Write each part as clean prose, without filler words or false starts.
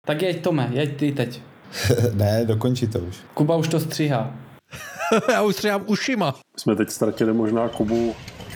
Tak jeď, Tome, jeď ty teď. Ne, dokončí to už. Kuba už to stříhá. Já už stříhám ušima. Jsme teď ztratili možná Kubu.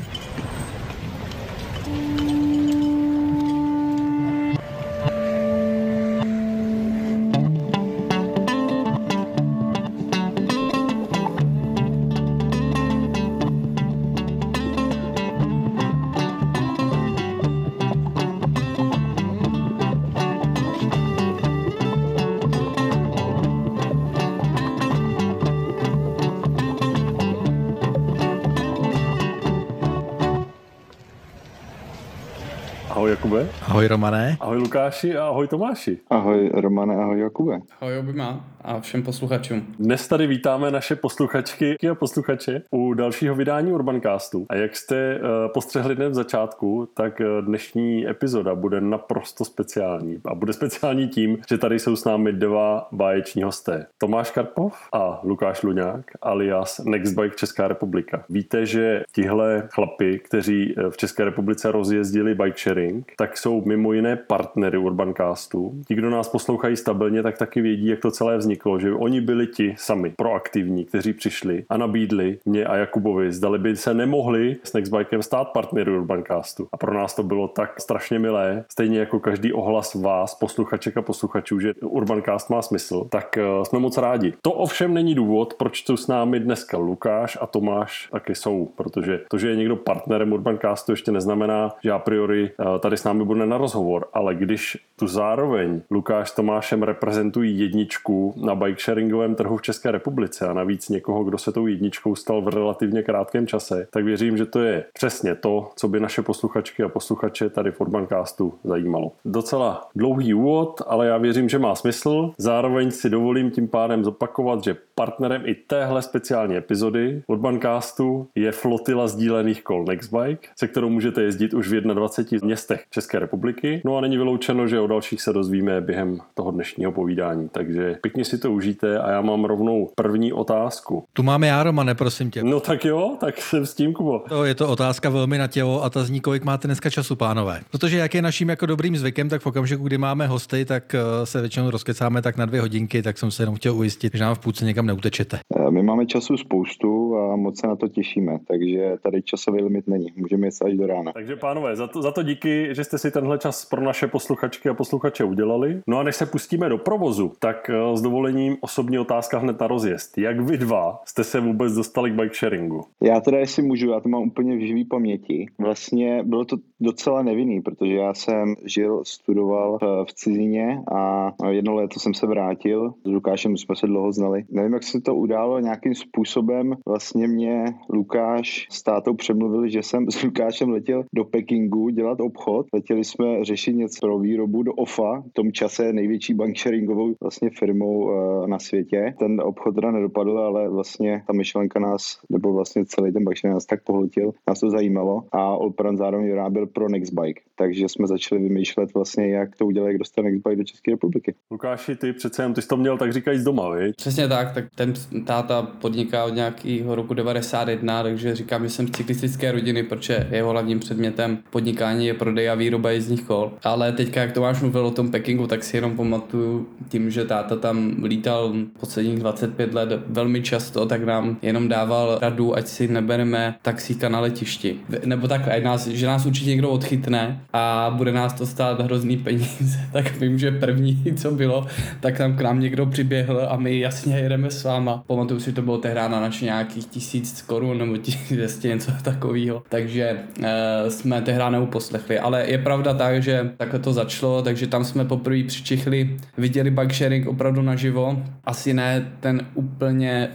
Ahoj Jakube. Ahoj Romane. Ahoj Lukáši a ahoj Tomáši. Ahoj Romane, ahoj Jakube. Ahoj oběma a všem posluchačům. Dnes tady vítáme naše posluchačky a posluchače u dalšího vydání Urbancastu. A jak jste postřehli dnes v začátku, tak dnešní epizoda bude naprosto speciální. A bude speciální tím, že tady jsou s námi dva báječní hosté. Tomáš Karpov a Lukáš Luňák alias Nextbike Česká republika. Víte, že tihle chlapi, kteří v České republice rozjezdili bike sharing, tak jsou mimo jiné partnery Urbancastu. Ti, kdo nás poslouchají stabilně, tak taky vědí, jak to celé vzniklo, že oni byli ti sami proaktivní, kteří přišli a nabídli mě a Jakubovi, zdali by se nemohli s Nextbikem stát partnery Urbancastu. A pro nás to bylo tak strašně milé, stejně jako každý ohlas vás, posluchaček a posluchačů, že Urbancast má smysl, tak jsme moc rádi. To ovšem není důvod, proč tu s námi dneska Lukáš a Tomáš taky jsou, protože to, že je někdo partnerem Urbancastu, ještě neznamená, že a priori tady s námi bude na rozhovor, ale když tu zároveň Lukáš s Tomášem reprezentují jedničku na bike sharingovém trhu v České republice a navíc někoho, kdo se tou jedničkou stal v relativně krátkém čase, tak věřím, že to je přesně to, co by naše posluchačky a posluchače tady v Urbancastu zajímalo. Docela dlouhý úvod, ale já věřím, že má smysl. Zároveň si dovolím tím pádem zopakovat, že partnerem i téhle speciální epizody Urbancastu je flotila sdílených kol Nextbike, se kterou můžete jezdit už v 21 městech České republiky. No a není vyloučeno, že o dalších se dozvíme během toho dnešního povídání. Takže pěkně si to užijte a já mám rovnou první otázku. Tu máme já, Romane, prosím tě. No tak jo, tak jsem s tím, Kubo. Je to otázka velmi na tělo a ta zní, kolik máte dneska času, pánové. Protože jak je naším jako dobrým zvykem, tak v okamžiku, kdy máme hosty, tak se většinou rozkecáme tak na 2 hodinky, tak jsem se jenom chtěl ujistit, že nám v půlce někam neutečete. My máme času spoustu a moc se na to těšíme, takže tady časový limit není. Můžeme jít až do rána. Takže pánové, za to díky, že jste si tenhle čas pro naše posluchačky a posluchače udělali. No a než se pustíme do provozu, tak s dovolením osobní otázka hned na rozjezd. Jak vy dva jste se vůbec dostali k bike sharingu? Já teda, jestli můžu, já to mám úplně v živý paměti. Vlastně bylo to docela nevinný, protože já jsem studoval v cizině a 1 léto jsem se vrátil. S Lukášem jsme se dlouho znali. Nevím, jak se to událo, nějakým způsobem vlastně mě Lukáš s tátou přemluvili, že jsem s Lukášem letěl do Pekingu dělat obchod. Letěli jsme řešit něco pro výrobu do OFA, v tom čase největší bike sharingovou vlastně firmou na světě. Ten obchod teda nedopadl, ale vlastně ta myšlenka nás, nebo vlastně celý ten bike sharing nás tak pohltil, nás to zajímalo a Olpran zároveň vyráběl pro Nextbike. Takže jsme začali vymýšlet vlastně, jak to udělat, jak dostat Nextbike do České republiky. Lukáši, ty přece jen, ty jsi to měl tak říkají z doma, viď? Přesně tak ten táta podniká od nějakého roku 91, takže říkám, že jsem z cyklistické rodiny, protože jeho hlavním předmětem podnikání je prodej a výroba jízdních kol. Ale teďka, jak Tomáš mluvil o tom Pekingu, tak si jenom pamatuju tím, že táta tam lítal posledních 25 let velmi často, tak nám jenom dával radu, ať si nebereme taxíka na letišti. Nebo tak, že nás určitě někdo odchytne a bude nás to stát hrozný peníze. Tak vím, že první, co bylo, tak tam k nám někdo přiběhl a my jasně jedeme s váma. Pamatuju si, to bylo tehdy na naše nějakých 1000 korun nebo 1200, něco takového. Takže jsme tehdy neuposlechli. Ale je pravda tak, že takhle to začalo, takže tam jsme poprvé přičichli, viděli bike sharing opravdu naživo. Asi ne ten úplně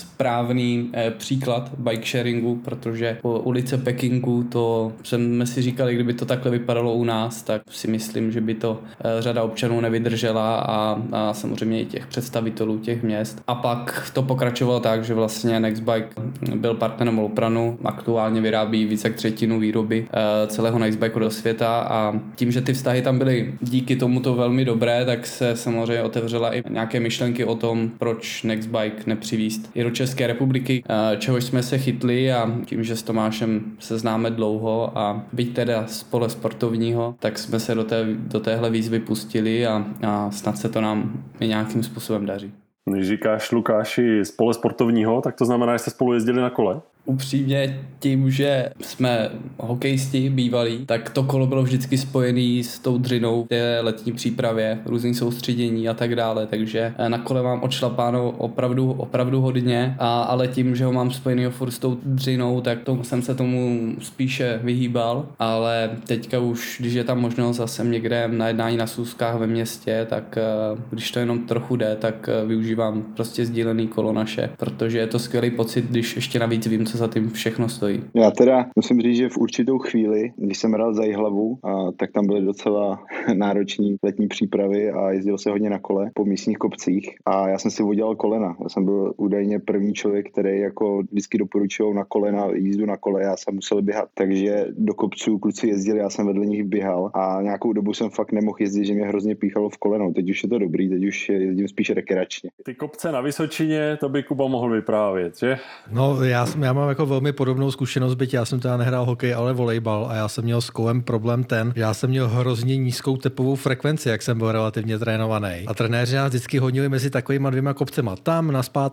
správný příklad bike sharingu, protože po ulice Pekingu to jsme si říkali, kdyby to takhle vypadalo u nás, tak si myslím, že by to řada občanů nevydržela a samozřejmě i těch představitelů těch měst. A pak to pokračovalo tak, že vlastně Nextbike Nextbike byl partnerem Lopranu, aktuálně vyrábí více jak třetinu výroby celého Nextbikeu do světa a tím, že ty vztahy tam byly díky tomuto velmi dobré, tak se samozřejmě otevřela i nějaké myšlenky o tom, proč Nextbike nepřivízt i do České republiky, čehož jsme se chytli a tím, že s Tomášem se známe dlouho a byť teda z pole sportovního, tak jsme se do téhle výzvy pustili a snad se to nám i nějakým způsobem daří. Když říkáš, Lukáši, z pole sportovního, tak to znamená, že jste spolu jezdili na kole? Upřímně tím, že jsme hokejisti bývalí, tak to kolo bylo vždycky spojený s tou dřinou v té letní přípravě, různý soustředění a tak dále, takže na kole mám odšlapáno opravdu hodně, ale tím, že ho mám spojený furt s tou dřinou, tak jsem se tomu spíše vyhýbal, ale teďka už, když je tam možnost zase někde na jednání na schůzkách ve městě, tak když to jenom trochu jde, tak využívám prostě sdílený kolo naše, protože je to skvělý pocit, když ještě navíc vím, co za tím všechno stojí. Já teda musím říct, že v určitou chvíli, když jsem hrál za Jihlavu, tak tam byly docela náročné letní přípravy a jezdil se hodně na kole po místních kopcích a já jsem si udělal kolena. Já jsem byl údajně první člověk, který jako vždycky doporučoval na kolena, jízdu na kole, já jsem musel běhat. Takže do kopců kluci jezdili, já jsem vedle nich běhal a nějakou dobu jsem fakt nemohl jezdit, že mě hrozně píchalo v kolenou. Teď už je to dobrý, teď už jezdím spíš rekreačně. Ty kopce na Vysočině, to by Kuba mohl vyprávět, že? No, já mám jako velmi podobnou zkušenost, byť já jsem teda nehrál hokej, ale volejbal a já jsem měl s kolem problém ten, že já jsem měl hrozně nízkou tepovou frekvenci, jak jsem byl relativně trénovaný. A trenéři nás vždycky honili mezi takovýma dvěma kopcema, tam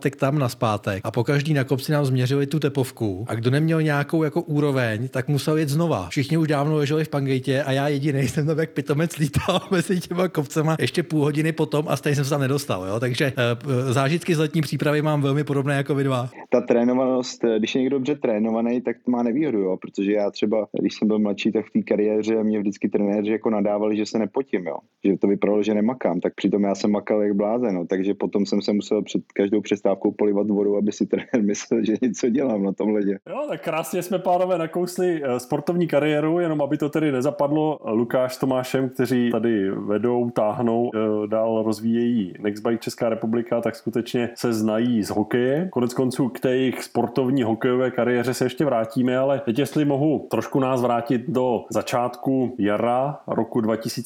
naspátek a po každý na kopci nám změřili tu tepovku a kdo neměl nějakou jako úroveň, tak musel jet znova. Všichni už dávno leželi v pangejtě a já jediný jsem tam jak pitomec lítal mezi těma kopcema ještě půl hodiny potom a stejně jsem se tam nedostal, jo? Takže zážitky z letní přípravy mám velmi podobné jako vy dva. Ta trénovanost, když je někdo dobře trénovaný, tak má nevýhodu, jo? Protože já třeba, když jsem byl mladší, tak v té kariéře mě vždycky trenéři jako nadávali, že se nepotím, jo? Že to vypadalo, že nemakám, tak přitom já jsem makal jak blázen, no? Takže potom jsem se musel před každou přestávkou polivat vodou, aby si trenér myslel, že něco dělám na tom ledě. Jo, tak krásně jsme, pánové, nakousli sportovní kariéru, jenom aby to tedy nezapadlo. Lukáš s Tomášem, kteří tady vedou, táhnou, dál rozvíjejí Nextbike Česká republika, tak skutečně se znají z hokeje. Konec konců k té jejich sportovní hokejové kariéře se ještě vrátíme, ale teď jestli mohu trošku nás vrátit do začátku jara roku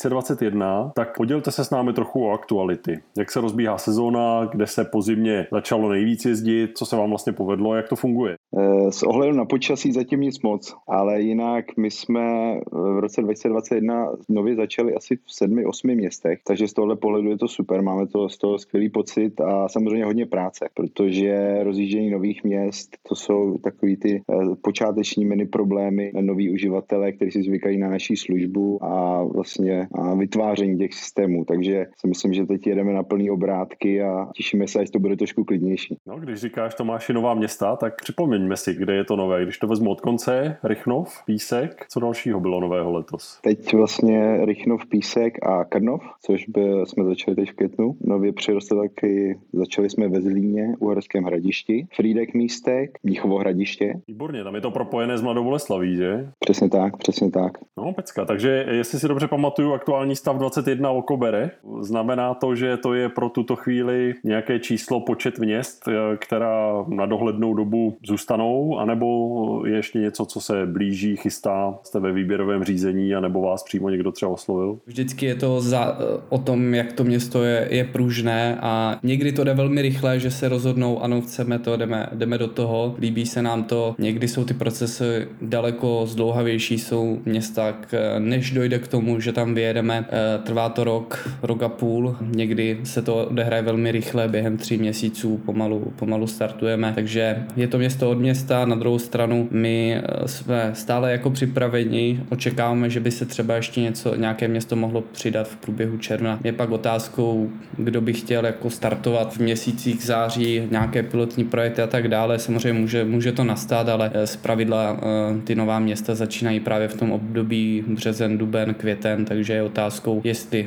2021, tak podělte se s námi trochu o aktuality. Jak se rozbíhá sezóna, kde se po zimě začalo nejvíc jezdit, co se vám vlastně povedlo, jak to funguje? S ohledem na počasí zatím nic moc, ale jinak my jsme v roce 2021 nově začali asi v 7-8 městech, takže z tohohle pohledu je to super, máme to z toho skvělý pocit a samozřejmě hodně práce, protože rozjíždění nových měst, to jsou takový ty počáteční mini problémy, noví uživatelé, kteří si zvykají na naší službu a vlastně vytváření těch systémů, takže si myslím, že teď jedeme na plný obrátky a těšíme se, až to bude trošku klidnější. No, když říkáš, Tomáši, nová města, tak připomeňme si, kde je to nové. Když to vezmu od konce, Rychnov, Písek, co dalšího bylo nového letos? Teď vlastně Rychnov, Písek a Krnov, což jsme začali teď v květnu. Nově přirostl taky, začali jsme ve Zlíně, Uherském Hradišti, Frýdek Místek, Mnichovo Hradiště. Výborně, tam je to propojené s Mladou Boleslaví, že? Přesně tak. No, pecka, takže jestli si dobře pamatuju, aktuální stav 21 okobere, znamená to, že to je pro tuto chvíli nějaké číslo, počet měst, která na dohlednou dobu zůstanou, anebo je ještě něco, co se blíží, chystá, jste ve výběrovém řízení, anebo vás přímo někdo třeba oslovil? Vždycky je to o tom, jak to město je pružné a někdy to jde velmi rychle, že se rozhodnou, ano, chceme to, jdeme do toho, líbí se nám to. Někdy jsou ty procesy daleko zdlouhavější, jsou města, než dojde k tomu, že tam vyjedeme, trvá to rok a půl, někdy se to odehraje velmi rychle, během 3 měsíců pomalu startujeme, takže je to město od města, na druhou stranu my jsme stále jako připraveni, očekáváme, že by se třeba ještě nějaké město mohlo přidat v průběhu června. Je pak otázkou, kdo by chtěl jako startovat v měsících září, nějaké pilotní projekty a tak dále, samozřejmě může to nastat, ale zpravidla ty nová města začínají právě v tom období březen, duben, květen, takže je otázkou, jestli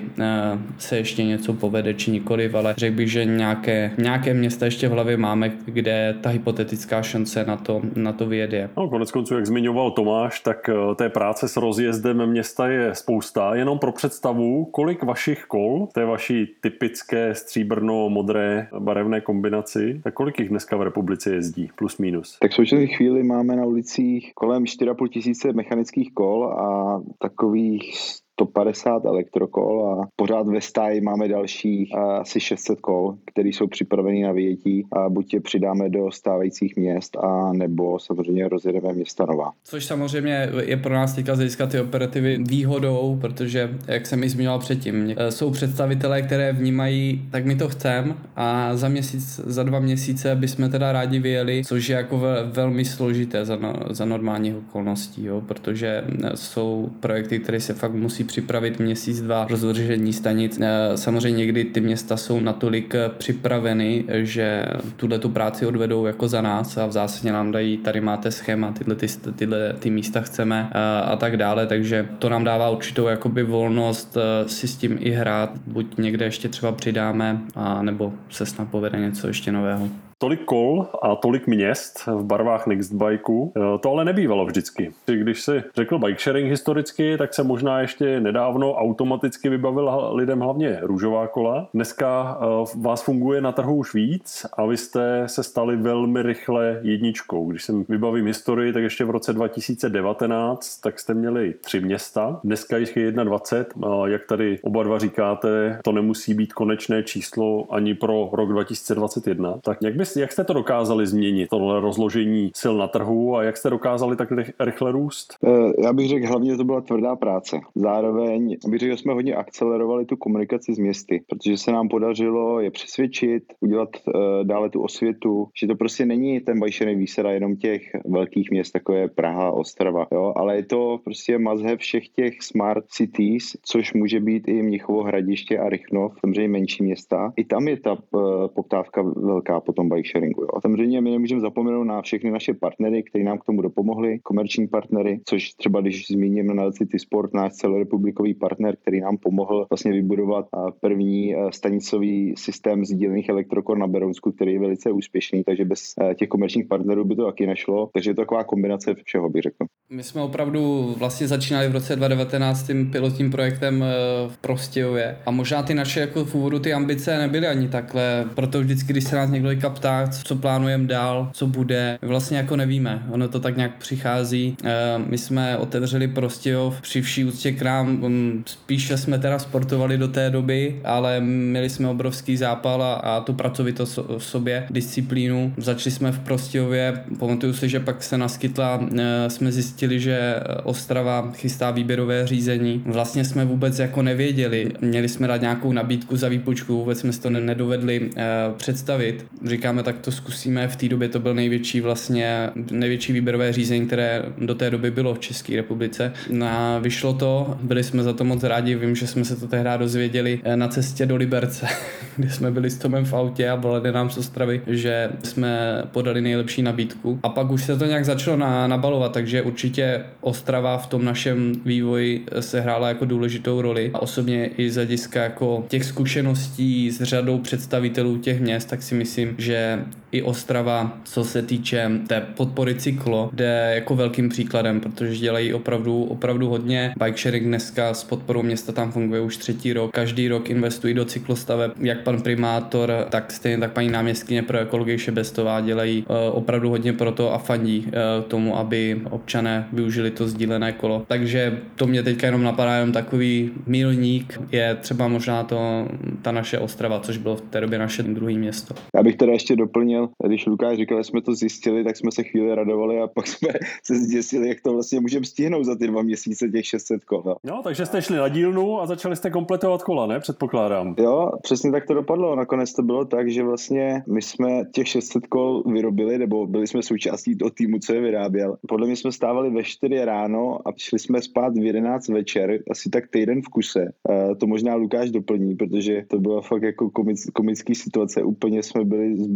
se ještě něco povede či nikoliv, ale řekl bych, že nějaké města ještě v hlavě máme, kde ta hypotetická šance na to vyjede. No, konec konců, jak zmiňoval Tomáš, tak té práce s rozjezdem města je spousta. Jenom pro představu, kolik vašich kol, té vaší typické stříbrno-modré barevné kombinaci, tak kolik jich dneska v republice jezdí, plus minus? Tak v současné chvíli máme na ulicích kolem 4,5 tisíce mechanických kol a takových 150 elektrokol a pořád ve stáji máme dalších asi 600 kol, které jsou připravené na vyjetí a buď je přidáme do stávajících měst a nebo samozřejmě rozjedeme města nová. Což samozřejmě je pro nás teďka z hlediska ty operativy výhodou, protože, jak jsem i zmiňoval předtím, jsou představitelé, které vnímají, tak my to chceme a za 2 měsíce bychom teda rádi vyjeli, což je jako velmi složité za normálních okolností, jo, protože jsou projekty, které se fakt musí připravit měsíc, 2 rozvržení stanic. Samozřejmě někdy ty města jsou natolik připraveny, že tu práci odvedou jako za nás a v zásadě nám dají, tady máte schéma, tyhle místa chceme a tak dále, takže to nám dává určitou jakoby volnost si s tím i hrát, buď někde ještě třeba přidáme, a nebo se snad povede něco ještě nového. Tolik kol a tolik měst v barvách Nextbikeu, to ale nebývalo vždycky. Když se řekl bike sharing historicky, tak se možná ještě nedávno automaticky vybavil lidem hlavně růžová kola. Dneska vás funguje na trhu už víc a vy jste se stali velmi rychle jedničkou. Když jsem vybavím historii, tak ještě v roce 2019 tak jste měli 3 města. Dneska jich je 21. Jak tady oba dva říkáte, to nemusí být konečné číslo ani pro rok 2021. Tak jak jste to dokázali změnit, tohle rozložení sil na trhu a jak jste dokázali tak rychle růst? Já bych řekl, hlavně to byla tvrdá práce. Zároveň bych řekl, že jsme hodně akcelerovali tu komunikaci s městy, protože se nám podařilo je přesvědčit, udělat dále tu osvětu, že to prostě není ten bajšený výsada jenom těch velkých měst, jako je Praha, Ostrava, jo? Ale je to prostě must-have všech těch smart cities, což může být i Mnichovo, Hradiště a Rychnov, samozřejmě menší města. I tam je ta poptávka velká po tom bike sharingu. Jo. A samozřejmě my nemůžeme zapomenout na všechny naše partnery, kteří nám k tomu dopomohli, komerční partnery, což třeba když zmíním na City Sport, náš celorepublikový partner, který nám pomohl vlastně vybudovat první stanicový systém sdílených elektrokol na Berounsku, který je velice úspěšný, takže bez těch komerčních partnerů by to taky nešlo. Takže je to taková kombinace všeho, bych řekl. My jsme opravdu vlastně začínali v roce 2019 tím pilotním projektem v Prostějově a možná ty naše jako v úvodu ty ambice nebyly ani takhle, proto vždycky, když se nás někdo ptá, co plánujeme dál, co bude, my vlastně jako nevíme, ono to tak nějak přichází. My jsme otevřeli Prostějov při vší úctě k nám, spíše jsme teda sportovali do té doby, ale měli jsme obrovský zápal a tu pracovitost v sobě, disciplínu. Začali jsme v Prostějově, pamatuju si, že pak se naskytla, jsme zjistili, že Ostrava chystá výběrové řízení. Vlastně jsme vůbec jako nevěděli, měli jsme dát nějakou nabídku za výpočku, vůbec jsme si to nedovedli představit. Říkáme, tak to zkusíme. V té době to byl největší výběrové řízení, které do té doby bylo v České republice. A vyšlo to, byli jsme za to moc rádi, vím, že jsme se to tehdy dozvěděli na cestě do Liberce, kde jsme byli s Tomem v autě a volali nám z Ostravy, že jsme podali nejlepší nabídku. A pak už se to nějak začalo nabalovat, takže určitě Ostrava v tom našem vývoji se hrála jako důležitou roli. A osobně i z hlediska jako těch zkušeností s řadou představitelů těch měst, tak si myslím, že i Ostrava, co se týče té podpory cyklo, jde jako velkým příkladem, protože dělají opravdu hodně. Bike sharing dneska s podporou města tam funguje už 3. rok. Každý rok investují do cyklostaveb, jak pan primátor, tak stejně tak paní náměstkyně pro ekologii Šebestová dělají opravdu hodně pro to a fandí tomu, aby občané využili to sdílené kolo. Takže to mě teďka jenom napadá, jenom takový milník je třeba možná ta naše Ostrava, což bylo v té době naše druhé město. Já bych teda ještě doplnil, když Lukáš říkal, že jsme to zjistili, tak jsme se chvíli radovali a pak jsme se zděsili, jak to vlastně můžeme stihnout za ty 2 měsíce těch 600 kol. No, takže jste šli na dílnu a začali jste kompletovat kola, ne? Předpokládám. Jo, přesně tak to dopadlo. Nakonec to bylo tak, že vlastně my jsme těch 600 kol vyrobili, nebo byli jsme součástí toho týmu, co je vyráběl. Podle mě jsme stávali ve 4 ráno a šli jsme spát v 11 večer, asi tak týden v kuse. To možná Lukáš doplní, protože to byla fakt jako komický situace. Úplně jsme byli zbídačení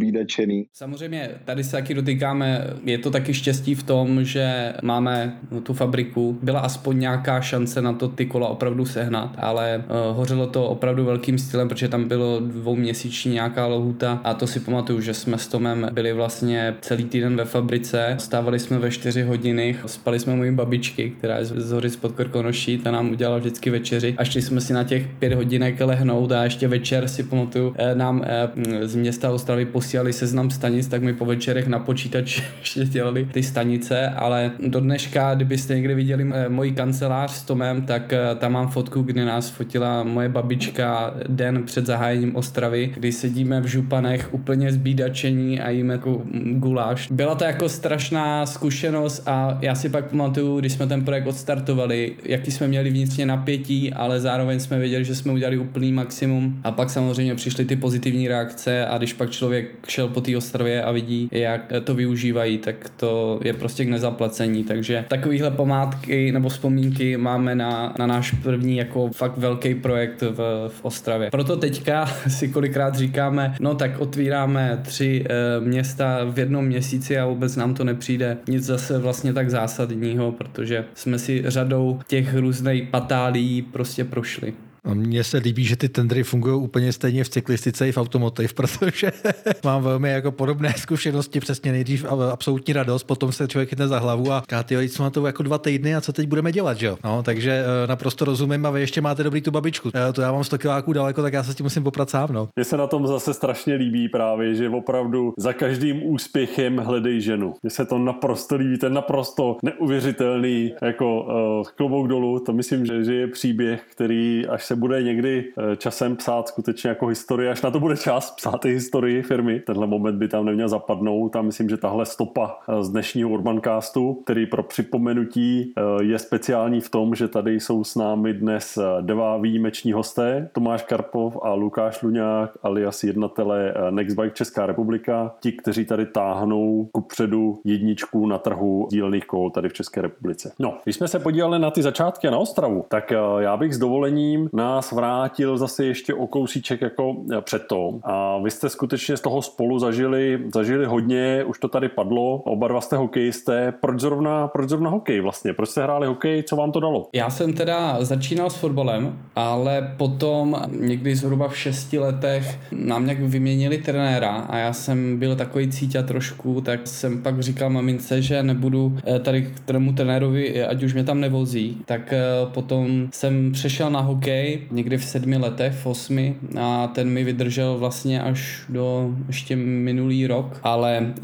zkušený. Samozřejmě tady se taky dotýkáme, je to taky štěstí v tom, že máme tu fabriku, byla aspoň nějaká šance na to ty kola opravdu sehnat, ale hořelo to opravdu velkým stylem, protože tam bylo 2měsíční nějaká lhůta a to si pamatuju, že jsme s Tomem byli vlastně celý týden ve fabrice, stávali jsme ve 4 hodiny, spali jsme mojí babičky, která je z Horic pod Krkonoší, ta nám udělala vždycky večeři a šli jsme si na těch 5 hodinek lehnout a ještě večer si pamatuju, nám z města Ostravy posílali seznam stanic, tak my po večerech na počítač ještě dělali ty stanice, ale do dneška, kdybyste někdy viděli moji kancelář s Tomem, tak tam mám fotku, kdy nás fotila moje babička den před zahájením Ostravy, kdy sedíme v županech úplně zbídačení a jíme jako guláš. Byla to jako strašná zkušenost a já si pak pamatuju, když jsme ten projekt odstartovali, jaký jsme měli vnitřně napětí, ale zároveň jsme věděli, že jsme udělali úplný maximum a pak samozřejmě přišly ty pozitivní reakce a když pak člověk šel po té Ostravě a vidí, jak to využívají, tak to je prostě k nezaplacení, takže takovýhle památky nebo vzpomínky máme na náš první jako fakt velký projekt v Ostravě. Proto teďka si kolikrát říkáme, no tak otvíráme 3 města v jednom měsíci a vůbec nám to nepřijde nic zase vlastně tak zásadního, protože jsme si řadou těch různých patálí prostě prošli. A mně se líbí, že ty tendry fungují úplně stejně v cyklistice i v automotiv, protože mám velmi jako podobné zkušenosti, přesně nejdřív absolutní radost, potom se člověk chytne za hlavu a říká, ty jsme na to jako 2 týdny a co teď budeme dělat, že jo? No, takže naprosto rozumím a vy ještě máte dobrý tu babičku. To já mám 100 kiláků daleko, tak já se s tím musím poprat sám, no. Mně se na tom zase strašně líbí právě, že opravdu za každým úspěchem hledej ženu. Mně se to naprosto líbí, ten naprosto neuvěřitelný jako klobouk dolů, to myslím, že je příběh, který až se bude někdy časem psát skutečně jako historie, až na to bude čas psát i historii firmy. Tenhle moment by tam neměl zapadnout a myslím, že tahle stopa z dnešního Urbancastu, který pro připomenutí je speciální v tom, že tady jsou s námi dnes 2 výjimeční hosté, Tomáš Karpov a Lukáš Luňák, alias jednatelé Nextbike Česká republika, ti, kteří tady táhnou kupředu jedničku na trhu dílných kol tady v České republice. No, když jsme se podívali na ty začátky a na Ostravu, tak já bych s dovolením nás vrátil zase ještě o kousíček jako před to. A vy jste skutečně z toho spolu zažili hodně, už to tady padlo, oba dva jste hokejisté. Proč zrovna hokej vlastně? Proč jste hráli hokej? Co vám to dalo? Já jsem teda začínal s fotbalem, ale potom někdy zhruba v 6 letech nám nějak vyměnili trenéra a já jsem byl takový cíťa trošku, tak jsem pak říkal mamince, že nebudu tady k tomu trenérovi, ať už mě tam nevozí, tak potom jsem přešel na hokej někdy v 7 letech, v 8 a ten mi vydržel vlastně až do ještě minulý rok, ale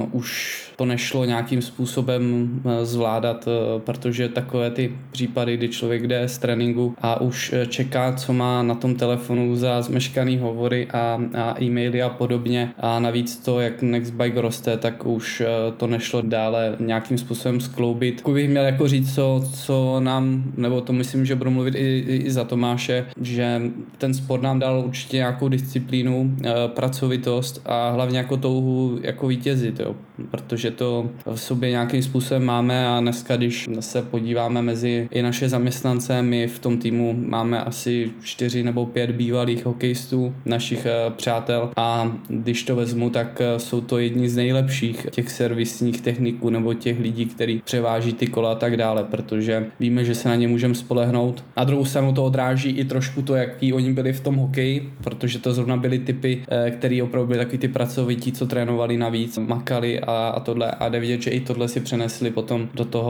už to nešlo nějakým způsobem zvládat, protože takové ty případy, kdy člověk jde z tréninku a už čeká, co má na tom telefonu za zmeškaný hovory a e-maily a podobně a navíc to, jak Nextbike roste, tak už to nešlo dále nějakým způsobem skloubit. Pokud bych měl jako říct, co nám, nebo to myslím, že budu mluvit i za Tomáše, že ten sport nám dal určitě nějakou disciplínu, pracovitost a hlavně jako touhu jako vítězit, jo. Protože to v sobě nějakým způsobem máme a dneska, když se podíváme mezi i naše zaměstnance, my v tom týmu máme asi 4 nebo 5 bývalých hokejistů, našich přátel a když to vezmu, tak jsou to jedni z nejlepších těch servisních techniků nebo těch lidí, kteří převáží ty kola a tak dále, protože víme, že se na ně můžeme spolehnout. A druhou stranu to odráží i trošku to, jaký oni byli v tom hokeji, protože to zrovna byli typy, který opravdu byli takový ty pracovití, co trénovali navíc, makali a tohle a jde vidět, že i tohle si přenesli potom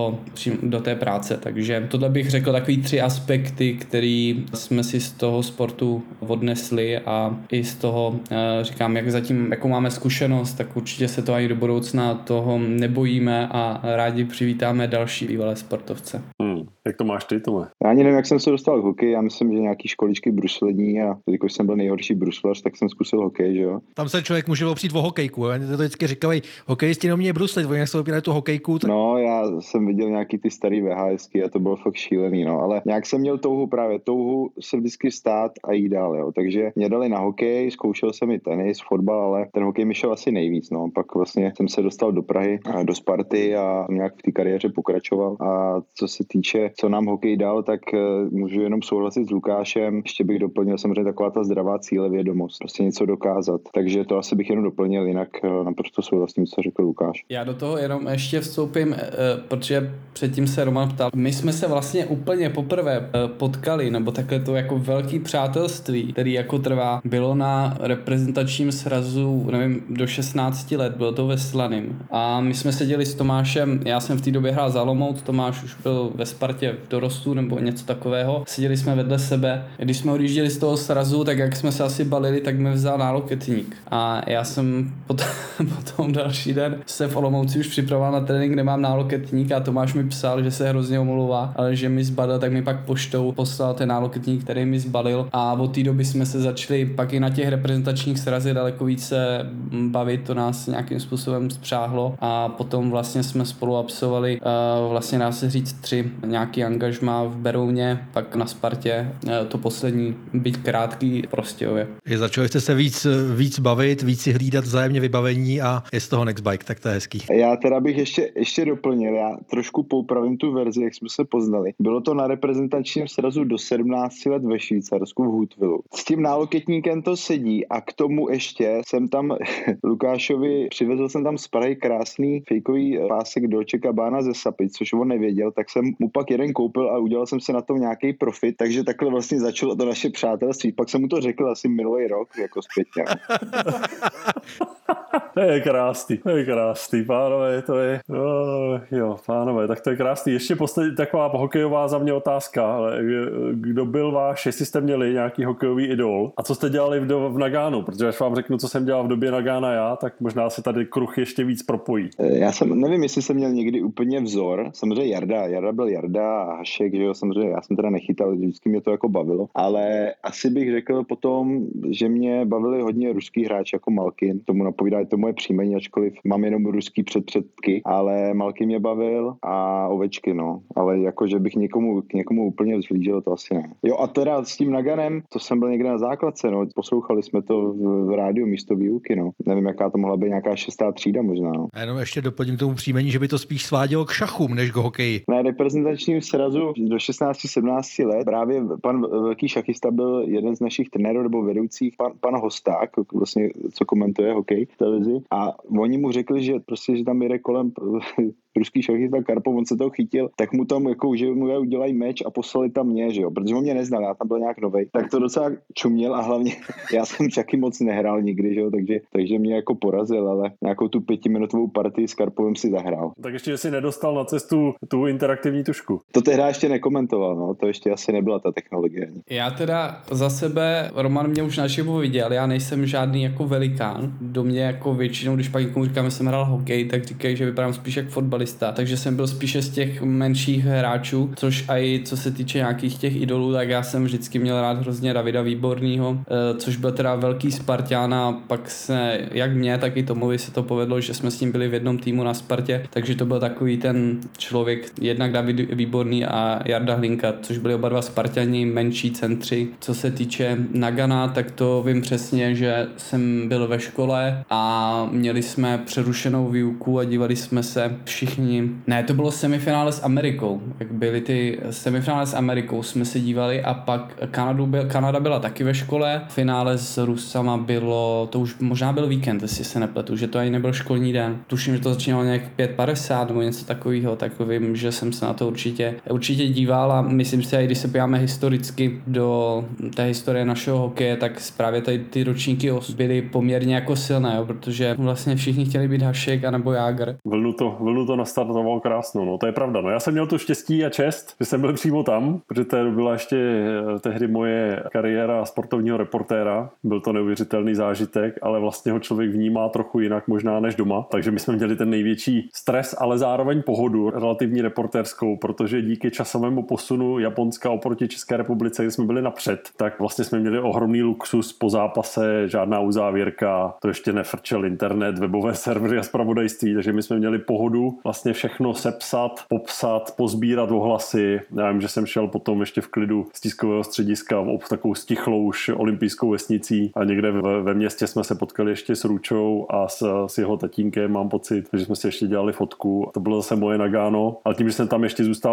do té práce. Takže tohle bych řekl takový 3 aspekty, který jsme si z toho sportu odnesli a i z toho říkám, jak zatím, jakou máme zkušenost, tak určitě se to ani do budoucna toho nebojíme a rádi přivítáme další bývalé sportovce. Jak to máš ty, Tome? Já ani nevím, jak jsem se dostal k hokeji, já myslím, že nějaký školičky bruslení a když jsem byl nejhorší bruslař, tak jsem zkusil hokej, že jo. Tam se člověk může opřít o hokejku, oni to vždycky říkají, hokejisti neumějí bruslit, oni jak se opírají tu hokejku. Tak... No, já jsem viděl nějaký ty starý VHSky a to bylo fakt šílený, no, ale nějak jsem měl touhu se vždycky vstát a jít dál, jo. Takže mě dali na hokej, zkoušel jsem i tenis, fotbal, ale ten hokej mi šel asi nejvíc, no. Pak vlastně jsem se dostal do Prahy, do Sparty a nějak v té kariéře pokračoval. A co se týče co nám hokej dal, tak můžu jenom souhlasit s Lukášem. Ještě bych doplnil samozřejmě taková ta zdravá cílevědomost, prostě něco dokázat. Takže to asi bych jenom doplnil, jinak naprosto souhlasím, co řekl Lukáš. Já do toho jenom ještě vstoupím, protože předtím se Roman ptal. My jsme se vlastně úplně poprvé potkali, nebo takhle to jako velký přátelství, který jako trvá, bylo na reprezentačním srazu, nevím, do 16 let, bylo to ve Slaným. A my jsme seděli s Tomášem, já jsem v té době hrál za Olomouc, Tomáš už byl ve Spartě v dorostu nebo něco takového. Seděli jsme vedle sebe. Když jsme odjížděli z toho srazu, tak jak jsme se asi balili, tak mi vzal náloketník. A já jsem potom další den se v Olomouci už připravoval na trénink, kde mám náloketník a Tomáš mi psal, že se hrozně omlouvá, ale že mi zbalil, tak mi pak poštou poslal ten náloketník, který mi zbalil a od té doby jsme se začali pak i na těch reprezentačních srazech daleko více bavit, to nás nějakým způsobem spřáhlo a potom vlastně jsme spolu absolvovali vlastně dá se říct 3 nějaký angažmá v Berouně, pak na Spartě, to poslední, byť krátký v Prostějově. Začali jste se víc bavit, víc si hlídat vzájemně vybavení a je z toho Nextbike, tak to je hezký. Já teda bych ještě doplnil, já trošku poupravím tu verzi, jak jsme se poznali. Bylo to na reprezentačním srazu do 17 let ve Švýcarsku v Hutville. S tím náloketníkem to sedí a k tomu ještě jsem tam Lukášovi, přivezl jsem tam z Prahy krásný fejkový pásek Dolce Gabbana ze Sapy, což on nevěděl, tak jsem mu pak jeden koupil a udělal jsem si na tom nějaký profit, takže takhle vlastně začalo to naše přátelství. Pak jsem mu to řekl asi minulý rok, jako zpětně. To je krásný, pánové, to je, pánové, tak to je krásný. Ještě poslední taková hokejová za mě otázka, ale kdo byl váš, jestli jste měli nějaký hokejový idol a co jste dělali v Nagánu, protože až vám řeknu, co jsem dělal v době Nagána já, tak možná se tady kruh ještě víc propojí. Já nevím, jestli jsem měl někdy úplně vzor, samozřejmě Jarda byl Jarda a Hašek, že jo, samozřejmě já jsem teda nechytal, vždycky mě to jako bavilo, ale asi bych řekl potom, že mě bavili hodně ruský hráč jako Malkin, tomu napovídá to moje příjmení, ačkoliv mám jenom ruský předky, ale Malkin mě bavil a Ovečky, no, ale jako, že bych k někomu úplně vzhlížel, to asi ne. Jo a teda s tím Naganem, to jsem byl někde na základce, no, poslouchali jsme to v rádiu místo výuky, no, nevím, jaká to mohla být, nějaká 6. třída možná, no. A jenom ještě doplním k tomu příjmení, že by to spíš svádělo k šachům, než k hokeji. Na reprezentačním srazu do 16-17 let právě pan velký šachista byl jeden z našich trenérů nebo vedoucích, pan Hosták, vlastně, co komentuje hokej v televizi, a oni mu řekli, že prostě, že tam jede kolem ruský šachista Karpov, on se toho chytil, tak mu tam jako, že mu udělají meč a poslali tam mě, že jo, protože on mě neznal, já tam byl nějak novej, tak to docela čuměl a hlavně já jsem šachy moc nehrál nikdy, že jo, takže mě jako porazil, ale nějakou tu 5minutovou partii s Karpovem si zahrál. Tak ještě si nedostal na cestu tu interaktivní tušku. To tehdy ještě nekomentoval, no, to ještě asi nebyla ta technologie. Já teda za sebe, Roman mě už naživo viděl, já nejsem žádný jako velikán, do mě jako většinou, když pak někomu říkám, že jsem hrál hokej, tak říkají, že vypadám spíš jak fotbalista, takže jsem byl spíše z těch menších hráčů, což i co se týče nějakých těch idolů, tak já jsem vždycky měl rád hrozně Davida Výbornýho, což byl teda velký Sparťán a pak se, jak mě, tak i Tomovi se to povedlo, že jsme s ním byli v jednom týmu na Spartě, takže to byl takový ten člověk, jednak David Výborný a Jarda Hlinka, což byli oba dva Sparťani, menší centři. Co se týče Nagana, tak to vím přesně, že jsem byl ve škole a měli jsme přerušenou výuku a dívali jsme se všichni. Ne, to bylo semifinále s Amerikou. Jak byly ty semifinále s Amerikou, jsme se dívali a pak Kanada byla taky ve škole. Finále s Rusama bylo, to už možná byl víkend, jestli se nepletu, že to ani nebyl školní den. Tuším, že to začínalo nějak 5:50 nebo něco takového, tak vím, že jsem se na to určitě díval a myslím si, i když se podíváme historicky do té historie našeho hokeje, tak právě tady ty ročníky byly poměrně jako silné, jo, protože vlastně všichni chtěli být Hašek anebo Jágr. Vlnu to nastartoval krásnou, no to je pravda. No já jsem měl to štěstí a čest, že jsem byl přímo tam, protože to byla ještě tehdy moje kariéra sportovního reportéra. Byl to neuvěřitelný zážitek, ale vlastně ho člověk vnímá trochu jinak možná než doma. Takže my jsme měli ten největší stres, ale zároveň pohodu relativní reportérskou, protože díky časovému posunu Japonska oproti České republice, kde jsme byli napřed, tak vlastně jsme měli ohromný luxus po zápase, žádná uzávěrka, to ještě nefrčel internet, webové servery a zpravodajství, takže my jsme měli pohodu vlastně všechno sepsat, popsat, pozbírat ohlasy. Já vím, že jsem šel potom ještě v klidu z tiskového střediska v takovou stichlou už olympijskou vesnicí a někde ve městě jsme se potkali ještě s Ručou a s jeho tatínkem, mám pocit, že jsme si ještě dělali fotku. To bylo zase moje Nagano, ale tím, že jsem tam ještě zůstával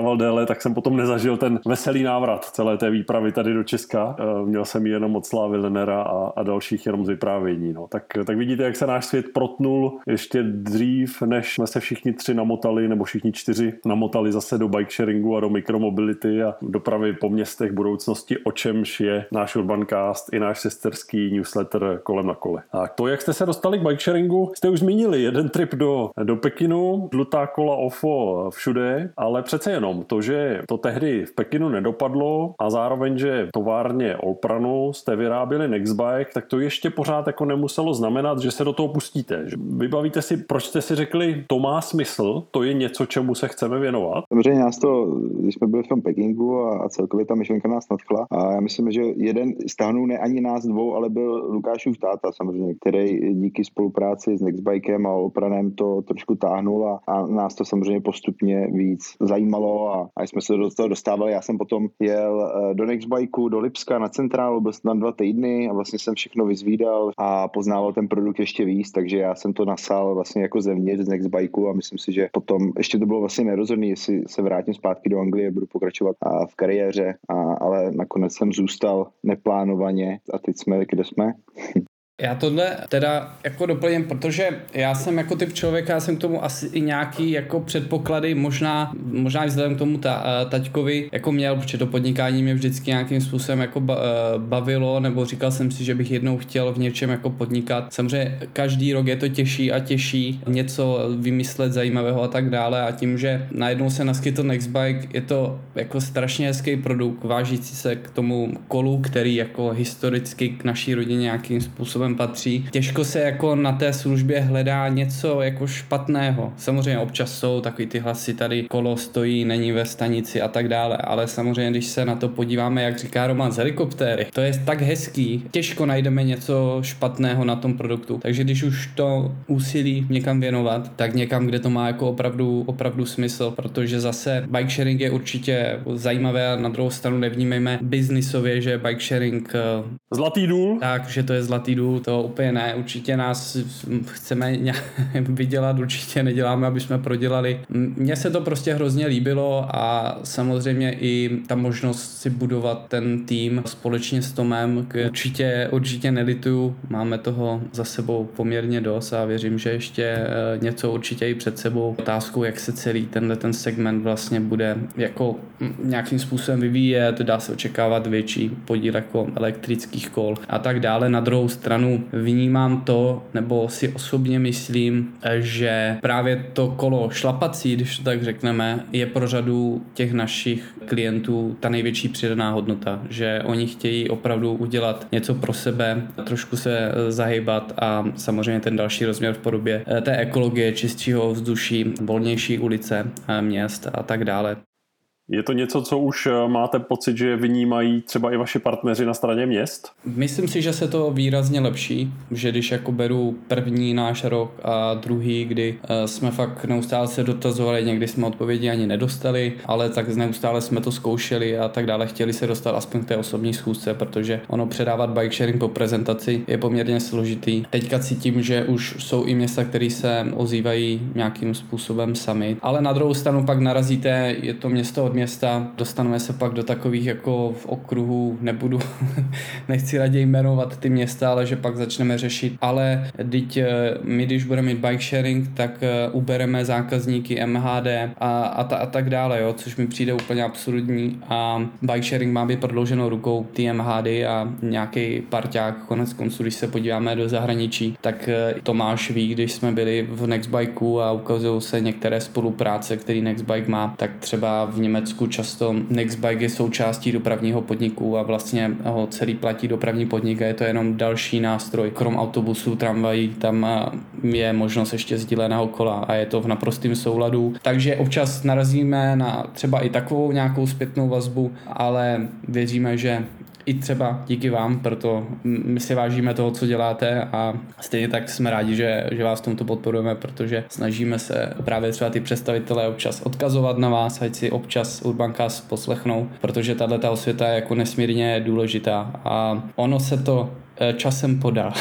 trval déle, tak jsem potom nezažil ten veselý návrat celé té výpravy tady do Česka. Měl jsem ji jenom od Slávy Lennera a dalších jenom z vyprávění. No. Tak vidíte, jak se náš svět protnul ještě dřív, než jsme se všichni 3 namotali, nebo všichni 4 namotali zase do bike sharingu a do mikromobility a dopravy po městech budoucnosti, o čemž je náš Urbancast i náš sesterský newsletter Kolem na kole. A to, jak jste se dostali k bike sharingu, jste už zmínili jeden trip do Pekinu, žlutá kola OFO všude, ale přece jenom to, že to tehdy v Pekinu nedopadlo a zároveň, že v továrně Olpranu jste vyráběli Nextbike, tak to ještě pořád jako nemuselo znamenat, že se do toho pustíte. Vybavíte si, proč jste si řekli, to má smysl, to je něco, čemu se chceme věnovat? Samozřejmě nás to, když jsme byli v tom Pekingu a celkově ta myšlenka nás nadchla a já myslím, že jeden stáhnul ne ani nás dvou, ale byl Lukášův táta samozřejmě, který díky spolupráci s Nextbikem a Olpranem to trošku táhnul a nás to samozřejmě postupně víc zajímalo a jsme se do toho dostávali. Já jsem potom jel do Nextbikeu, do Lipska na centrálu, byl jsem tam 2 týdny a vlastně jsem všechno vyzvídal a poznával ten produkt ještě víc, takže já jsem to nasál vlastně jako zevnitř z Nextbikeu a myslím si, že potom ještě to bylo vlastně nerozhodný, jestli se vrátím zpátky do Anglie, budu pokračovat v kariéře, ale nakonec jsem zůstal neplánovaně a teď jsme, kde jsme. Já tohle teda jako doplním, protože já jsem jako typ člověka, já jsem k tomu asi i nějaký jako předpoklady, možná vzhledem k tomu taťkovi jako měl, protože to podnikání mě vždycky nějakým způsobem jako bavilo, nebo říkal jsem si, že bych jednou chtěl v něčem jako podnikat. Samozřejmě každý rok je to těžší a těžší něco vymyslet zajímavého a tak dále a tím, že najednou se naskytl Nextbike, je to jako strašně hezký produkt, vážící se k tomu kolu, který jako historicky k naší rodině nějakým způsobem patří. Těžko se jako na té službě hledá něco jako špatného. Samozřejmě občas jsou takový ty hlasy, tady kolo stojí, není ve stanici a tak dále, ale samozřejmě, když se na to podíváme, jak říká Roman, z helikoptéry, to je tak hezký, těžko najdeme něco špatného na tom produktu. Takže když už to úsilí někam věnovat, tak někam, kde to má jako opravdu smysl, protože zase bike sharing je určitě zajímavé a na druhou stranu nevnímejme biznisově, že bike sharing zlatý důl. Tak, že to je zlatý důl, to úplně ne, určitě nás chceme vydělat, určitě neděláme, aby jsme prodělali. Mně se to prostě hrozně líbilo a samozřejmě i ta možnost si budovat ten tým společně s Tomem, určitě nelituju, máme toho za sebou poměrně dost a věřím, že ještě něco určitě i před sebou. Otázkou, jak se celý ten segment vlastně bude jako nějakým způsobem vyvíjet, dá se očekávat větší podíl jako elektrických kol a tak dále. Na druhou stranu vnímám to, nebo si osobně myslím, že právě to kolo šlapací, když to tak řekneme, je pro řadu těch našich klientů ta největší přidaná hodnota, že oni chtějí opravdu udělat něco pro sebe, trošku se zahýbat a samozřejmě ten další rozměr v podobě té ekologie, čistšího vzduší, volnější ulice, měst a tak dále. Je to něco, co už máte pocit, že vnímají třeba i vaši partneři na straně měst? Myslím si, že se to výrazně lepší, že když jako beru první náš rok a druhý, kdy jsme fakt neustále se dotazovali, někdy jsme odpovědi ani nedostali, ale tak neustále jsme to zkoušeli a tak dále, chtěli se dostat aspoň k té osobní schůzce, protože ono předávat bike sharing po prezentaci je poměrně složitý. Teďka cítím, že už jsou i města, které se ozývají nějakým způsobem sami, ale na druhou stranu pak narazíte, je to město od města, dostaneme se pak do takových jako v okruhu, nechci raději jmenovat ty města, ale že pak začneme řešit, ale my když budeme mít bike sharing, tak ubereme zákazníky MHD a tak dále, jo, což mi přijde úplně absurdní a bike sharing má být prodlouženou rukou ty MHD a nějaký parťák, konec konců, když se podíváme do zahraničí, tak Tomáš ví, když jsme byli v Nextbikeu a ukazují se některé spolupráce, který Nextbike má, tak třeba v Německu často Nextbike je součástí dopravního podniku a vlastně ho celý platí dopravní podnik a je to jenom další nástroj. Krom autobusů, tramvají, tam je možnost ještě sdíleného kola a je to v naprostém souladu. Takže občas narazíme na třeba i takovou nějakou zpětnou vazbu, ale věříme, že i třeba díky vám, proto my si vážíme toho, co děláte a stejně tak jsme rádi, že vás v tomto podporujeme, protože snažíme se právě třeba ty představitelé občas odkazovat na vás, ať si občas Urbancast poslechnou, protože tato osvěta je jako nesmírně důležitá a ono se to časem podá.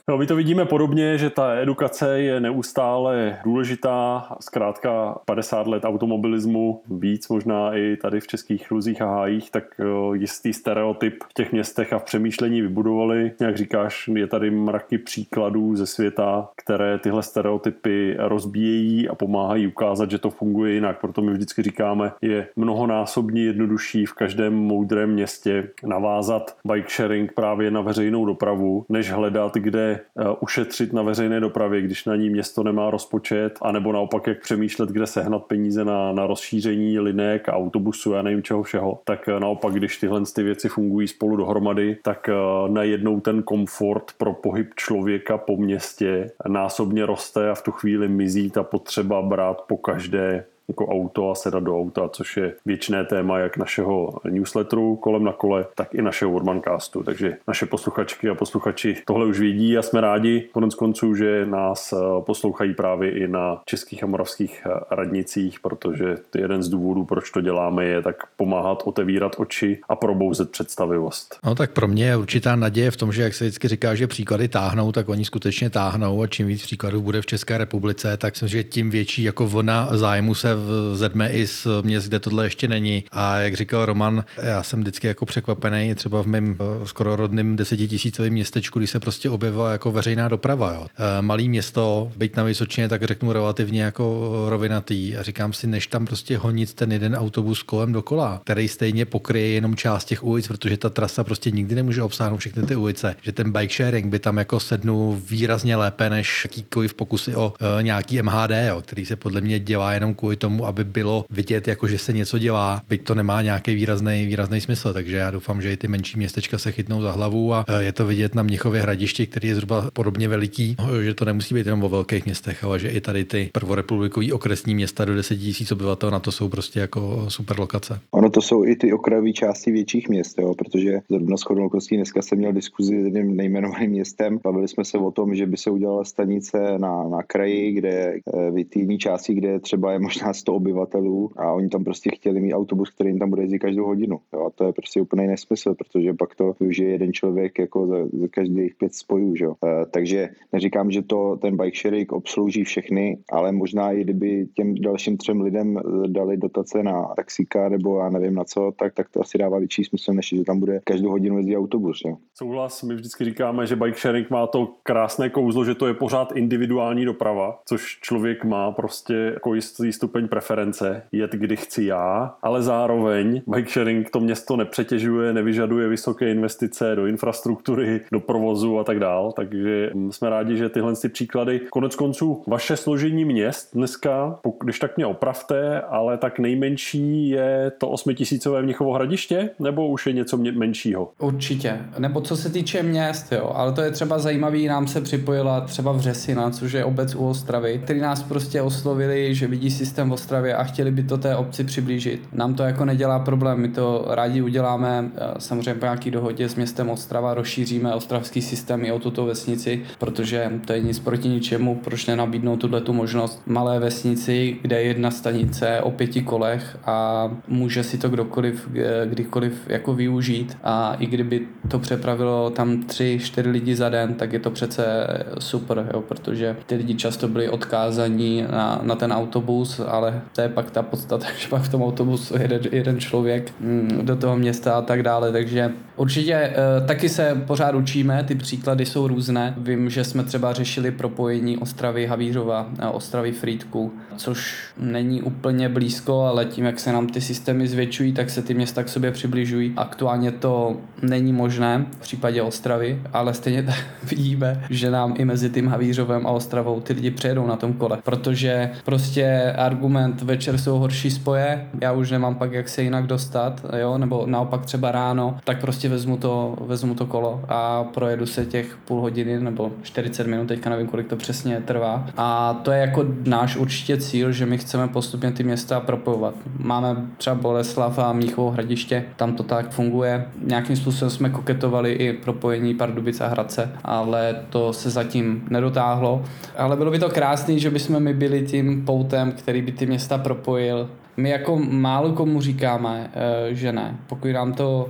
No, my to vidíme podobně, že ta edukace je neustále důležitá. Zkrátka 50 let automobilismu, víc možná i tady v českých luzích a hájích, tak jistý stereotyp v těch městech a v přemýšlení vybudovali. Jak říkáš, je tady mraky příkladů ze světa, které tyhle stereotypy rozbíjejí a pomáhají ukázat, že to funguje jinak. Proto my vždycky říkáme, je mnohonásobně jednodušší v každém moudrém městě navázat bike sharing právě na veřejnou dopravu, než hledat, kde ušetřit na veřejné dopravě, když na ní město nemá rozpočet, anebo naopak jak přemýšlet, kde sehnat peníze na rozšíření linek, autobusů, já nevím čeho všeho. Tak naopak, když tyhle ty věci fungují spolu dohromady, tak najednou ten komfort pro pohyb člověka po městě násobně roste a v tu chvíli mizí ta potřeba brát po každé jako auto a sedat do auta, což je věčné téma jak našeho newsletteru Kolem na kole, tak i našeho Urbancastu. Takže naše posluchačky a posluchači tohle už vědí a jsme rádi konec konců, že nás poslouchají právě i na českých a moravských radnicích, protože to je jeden z důvodů, proč to děláme, je tak pomáhat otevírat oči a probouzet představivost. No tak pro mě je určitá naděje v tom, že jak se vždycky říká, že příklady táhnou, tak oni skutečně táhnou a čím víc příkladů bude v České republice, tak myslím, že tím větší jako vlna zájmu se vzedme i z měst, kde tohle ještě není. A jak říkal Roman, já jsem vždycky jako překvapený, třeba v mém skoro rodném 10 000 městečku, když se prostě objevila jako veřejná doprava. Jo. Malý město, byť na Vysočině, tak řeknu relativně jako rovinatý a říkám si, než tam prostě honit ten jeden autobus kolem dokola, který stejně pokryje jenom část těch ulic, protože ta trasa prostě nikdy nemůže obsáhnout všechny ty ulice, že ten bike sharing by tam jako sednul výrazně lépe než jakýkoliv pokusy o nějaký MHD, jo, který se podle mě dělá jenom kvůli tomu, aby bylo vidět, jako že se něco dělá, byť to nemá nějaký výrazný smysl, takže já doufám, že i ty menší městečka se chytnou za hlavu a je to vidět na Mnichově Hradišti, který je zhruba podobně veliký, že to nemusí být jenom o velkých městech, ale že i tady ty prvorepublikový okresní města do 10 000 obyvatel na to jsou prostě jako super lokace. Ono to jsou i ty okrajové části větších měst, jo, protože zrovna shodou okolností dneska jsem měl diskuzi s jedním nejmenovaným městem, bavili jsme se o tom, že by se udělala stanice na kraji, kde v té jiné části, kde třeba je možná 100 obyvatelů a oni tam prostě chtěli mít autobus, který jim tam bude jezdit každou hodinu. Jo? A to je prostě úplný nesmysl, protože pak to využije jeden člověk jako za každých 5 spojů. Že? Takže neříkám, že ten bike sharing obslouží všechny, ale možná i kdyby těm dalším 3 lidem dali dotace na taxíka nebo já nevím na co, tak to asi dává větší smysl, než že tam bude každou hodinu jezdit autobus. Jo? Souhlas, my vždycky říkáme, že bike sharing má to krásné kouzlo, že to je pořád individuální doprava, což člověk má prostě jako jistý stupeň preference, jet kdy chci já, ale zároveň bike sharing to město nepřetěžuje, nevyžaduje vysoké investice do infrastruktury, do provozu a tak dál, takže jsme rádi, že tyhle příklady, konec konců vaše složení měst dneska, když tak mě opravte, ale tak nejmenší je to 8000 Mnichovo Hradiště, nebo už je něco menšího? Určitě, nebo co se týče měst, jo, ale to je třeba zajímavý, nám se připojila třeba Vřesina, což je obec u Ostravy, který nás prostě oslovili, že vidí systém v Ostravě a chtěli by to té obci přiblížit. Nám to jako nedělá problém, my to rádi uděláme, samozřejmě po nějaký dohodě s městem Ostrava rozšíříme ostravský systém i o tuto vesnici, protože to je nic proti ničemu, proč nenabídnout tuto možnost malé vesnici, kde je jedna stanice o 5 kolech a může si to kdokoliv, kdykoliv jako využít a i kdyby to přepravilo tam 3-4 lidi za den, tak je to přece super, jo, protože ty lidi často byli odkázaní na ten autobus, ale to je pak ta podstata, že pak v tom autobusu jeden člověk do toho města a tak dále, takže určitě taky se pořád učíme, ty příklady jsou různé. Vím, že jsme třeba řešili propojení Ostravy Havířova a Ostravy Frýdku, což není úplně blízko, ale tím, jak se nám ty systémy zvětšují, tak se ty města k sobě přibližují. Aktuálně to není možné v případě Ostravy, ale stejně tak vidíme, že nám i mezi tím Havířovem a Ostravou ty lidi přejedou na tom kole, protože prostě argument večer jsou horší spoje, já už nemám pak jak se jinak dostat, jo, nebo naopak třeba ráno, tak prostě vezmu to kolo a projedu se těch půl hodiny nebo 40 minut, teďka nevím, kolik to přesně trvá. A to je jako náš určitě cíl, že my chceme postupně ty města propojovat. Máme třeba Boleslav a Mnichovo Hradiště, tam to tak funguje. Nějakým způsobem jsme koketovali i propojení Pardubic a Hradce, ale to se zatím nedotáhlo. Ale bylo by to krásný, že bychom my byli tím poutem, který by ty města propojil. My jako málo komu říkáme, že ne. Pokud nám to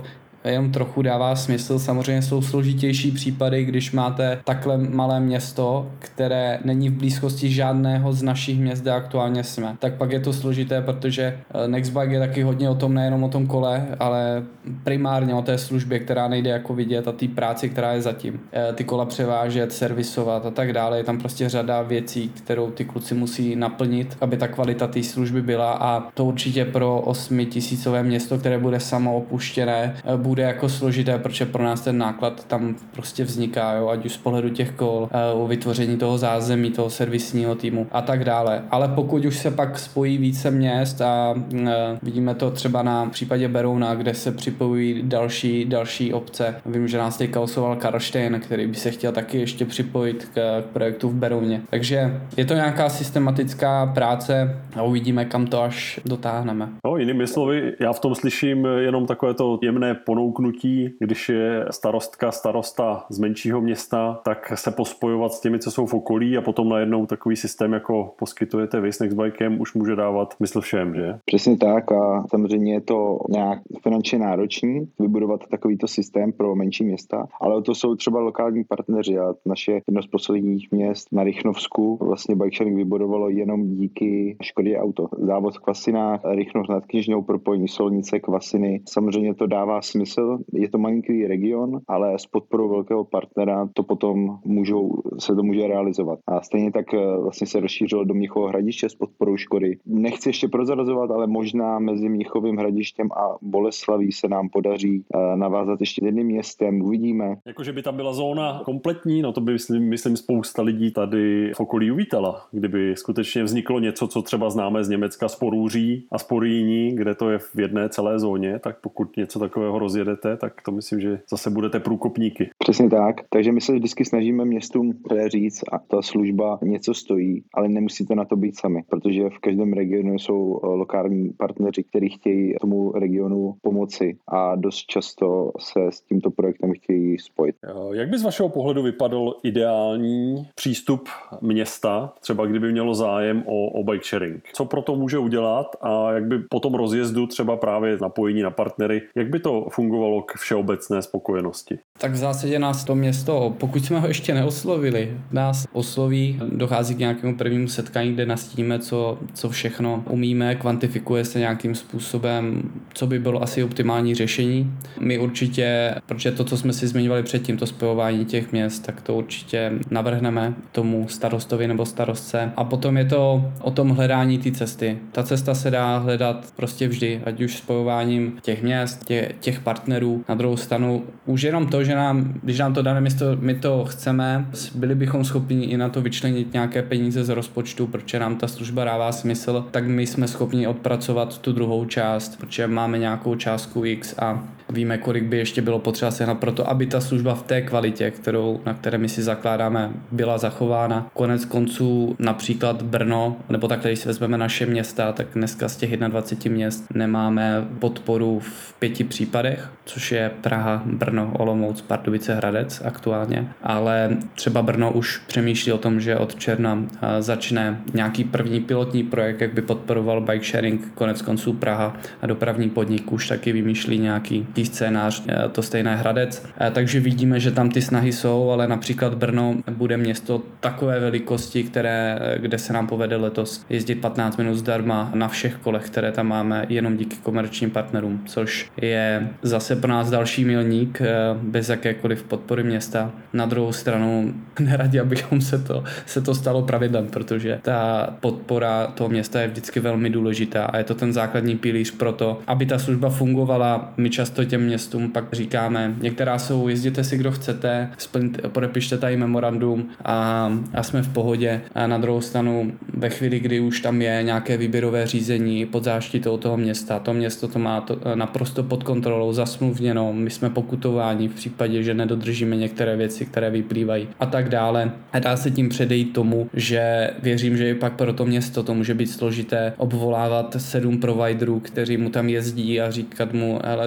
jenom trochu dává smysl. Samozřejmě jsou složitější případy, když máte takhle malé město, které není v blízkosti žádného z našich měst, kde aktuálně jsme. Tak pak je to složité, protože Nextbike je taky hodně o tom, nejenom o tom kole, ale primárně o té službě, která nejde jako vidět, a té práci, která je zatím. Ty kola převážet, servisovat a tak dále. Je tam prostě řada věcí, kterou ty kluci musí naplnit, aby ta kvalita té služby byla, a to určitě pro 8 000 město, které bude samo opuštěné, bude jako složité, protože pro nás ten náklad tam prostě vzniká, jo, ať už z pohledu těch kol, o vytvoření toho zázemí, toho servisního týmu a tak dále. Ale pokud už se pak spojí více měst a vidíme to třeba na případě Berouna, kde se připojují další obce. Vím, že nás teďka oslovoval Karlštejn, který by se chtěl taky ještě připojit k projektu v Berouně. Takže je to nějaká systematická práce a uvidíme, kam to až dotáhneme. No, jinými slovy, já v tom slyším jenom takové to jemné ponouknutí, když je starosta z menšího města, tak se pospojovat s těmi, co jsou v okolí, a potom najednou takový systém, jako poskytujete vy s Nextbikem, už může dávat smysl všem, že? Přesně tak, a samozřejmě je to nějak finančně náročný vybudovat takovýto systém pro menší města, ale to jsou třeba lokální partneři, a naše jedno z posledních měst na Rychnovsku vlastně bikesharing vybudovalo jenom díky Škodě Auto. Závod v Kvasinách, Rychnov nad Kněžnou, propojení Solnice, Kvasiny. Samozřejmě to dává smysl, je to malinký region, ale s podporou velkého partnera to potom se to může realizovat. A stejně tak vlastně se rozšířilo do Mnichova Hradiště s podporou Škody. Nechci ještě prozrazovat, ale možná mezi Mnichovým Hradištěm a Boleslaví se nám podaří navázat ještě jedním městem, uvidíme. Jakože by tam byla zóna kompletní, no to by myslím spousta lidí tady v okolí uvítala, kdyby skutečně vzniklo něco, co třeba známe z Německa, z Porúří a z Porýní, kde to je v jedné celé zóně, tak pokud něco takového rozjedete, tak to myslím, že zase budete průkopníky. Přesně tak, takže my se vždycky snažíme městům říct, a ta služba něco stojí, ale nemusíte na to být sami, protože v každém regionu jsou lokální partneři, kteří chtějí tomu regionu pomoci a dost často se s tímto projektem chtějí spojit. Jak by z vašeho pohledu vypadal ideální přístup města, třeba kdyby mělo zájem o bike sharing? Co pro to může udělat a jak by po tom rozjezdu třeba právě napojení na partnery, jak by to fungovalo k všeobecné spokojenosti? Tak v zásadě nás to město, pokud jsme ho ještě neoslovili, nás osloví, dochází k nějakému prvnímu setkání, kde nastíníme, co všechno umíme, kvantifikuje se nějakým způsobem, co by bylo asi optimální řešení. My určitě, protože to, co jsme si zmiňovali předtím, to spojování těch měst, tak to určitě navrhneme tomu starostovi nebo starostce. A potom je to o tom hledání té cesty. Ta cesta se dá hledat prostě vždy, ať už spojováním těch měst, těch partnerů. Na druhou stranu už jenom to, že když nám to dané město, my to chceme, byli bychom schopni i na to vyčlenit nějaké peníze z rozpočtu, protože nám ta služba dává smysl, tak my jsme schopni odpracovat tu druhou část, protože máme nějakou částku X a víme, kolik by ještě bylo potřeba sehnat pro to, aby ta služba v té kvalitě, na které my si zakládáme, byla zachována. Konec konců například Brno, nebo takhle, když si vezmeme naše města, tak dneska z těch 21 měst nemáme podporu v 5 případech, což je Praha, Brno, Olomouc, Pardubice, Hradec aktuálně, ale třeba Brno už přemýšlí o tom, že od června začne nějaký první pilotní projekt, jak by podporoval bike sharing. Konec konců Praha a dopravní podnik už taky vymýšlí nějaký scénář, to stejné Hradec. Takže vidíme, že tam ty snahy jsou, ale například Brno bude město takové velikosti, kde se nám povede letos jezdit 15 minut zdarma na všech kolech, které tam máme, jenom díky komerčním partnerům, což je zase pro nás další milník bez jakékoliv podpory města. Na druhou stranu neradi, abychom se to stalo pravidlem, protože ta podpora toho města je vždycky velmi důležitá a je to ten základní pilíř pro to, aby ta služba fungovala. My často těm městům pak říkáme, některá jsou, jezděte si, kdo chcete, podepište tady memorandum a jsme v pohodě. A na druhou stranu, ve chvíli, kdy už tam je nějaké výběrové řízení pod záštitou toho města, to město to má naprosto pod kontrolou, zasmluvněno, my jsme pokutováni v případě, že nedodržíme některé věci, které vyplývají a tak dále. A dá se tím předejít tomu, že věřím, že i pak pro to město to může být složité obvolávat 7 providerů, kteří mu tam jezdí a říkat mu, hele, ty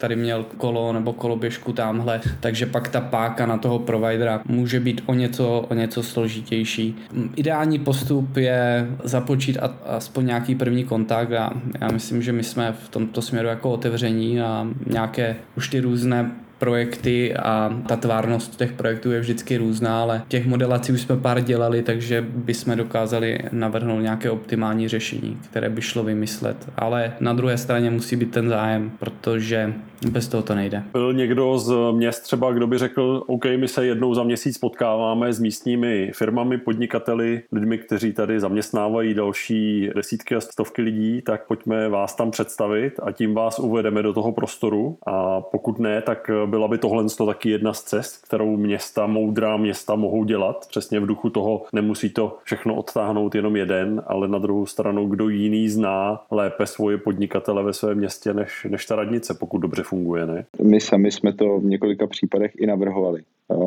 tady měl kolo nebo koloběžku tamhle, takže pak ta páka na toho providera může být o něco složitější. Ideální postup je započít aspoň nějaký první kontakt a já myslím, že my jsme v tomto směru jako otevření a nějaké už ty různé projekty a ta tvárnost těch projektů je vždycky různá, ale těch modelací už jsme pár dělali, takže bychom dokázali navrhnout nějaké optimální řešení, které by šlo vymyslet. Ale na druhé straně musí být ten zájem, protože bez toho to nejde. Byl někdo z měst třeba, kdo by řekl, OK, my se jednou za měsíc potkáváme s místními firmami, podnikateli, lidmi, kteří tady zaměstnávají další desítky a stovky lidí, tak pojďme vás tam představit a tím vás uvedeme do toho prostoru a pokud ne, tak byla by tohle taky jedna z cest, kterou moudrá města mohou dělat. Přesně v duchu toho nemusí to všechno odtáhnout jenom jeden, ale na druhou stranu, kdo jiný zná lépe svoje podnikatele ve svém městě než ta radnice, pokud dobře funguje, ne? My sami jsme to v několika případech i navrhovali.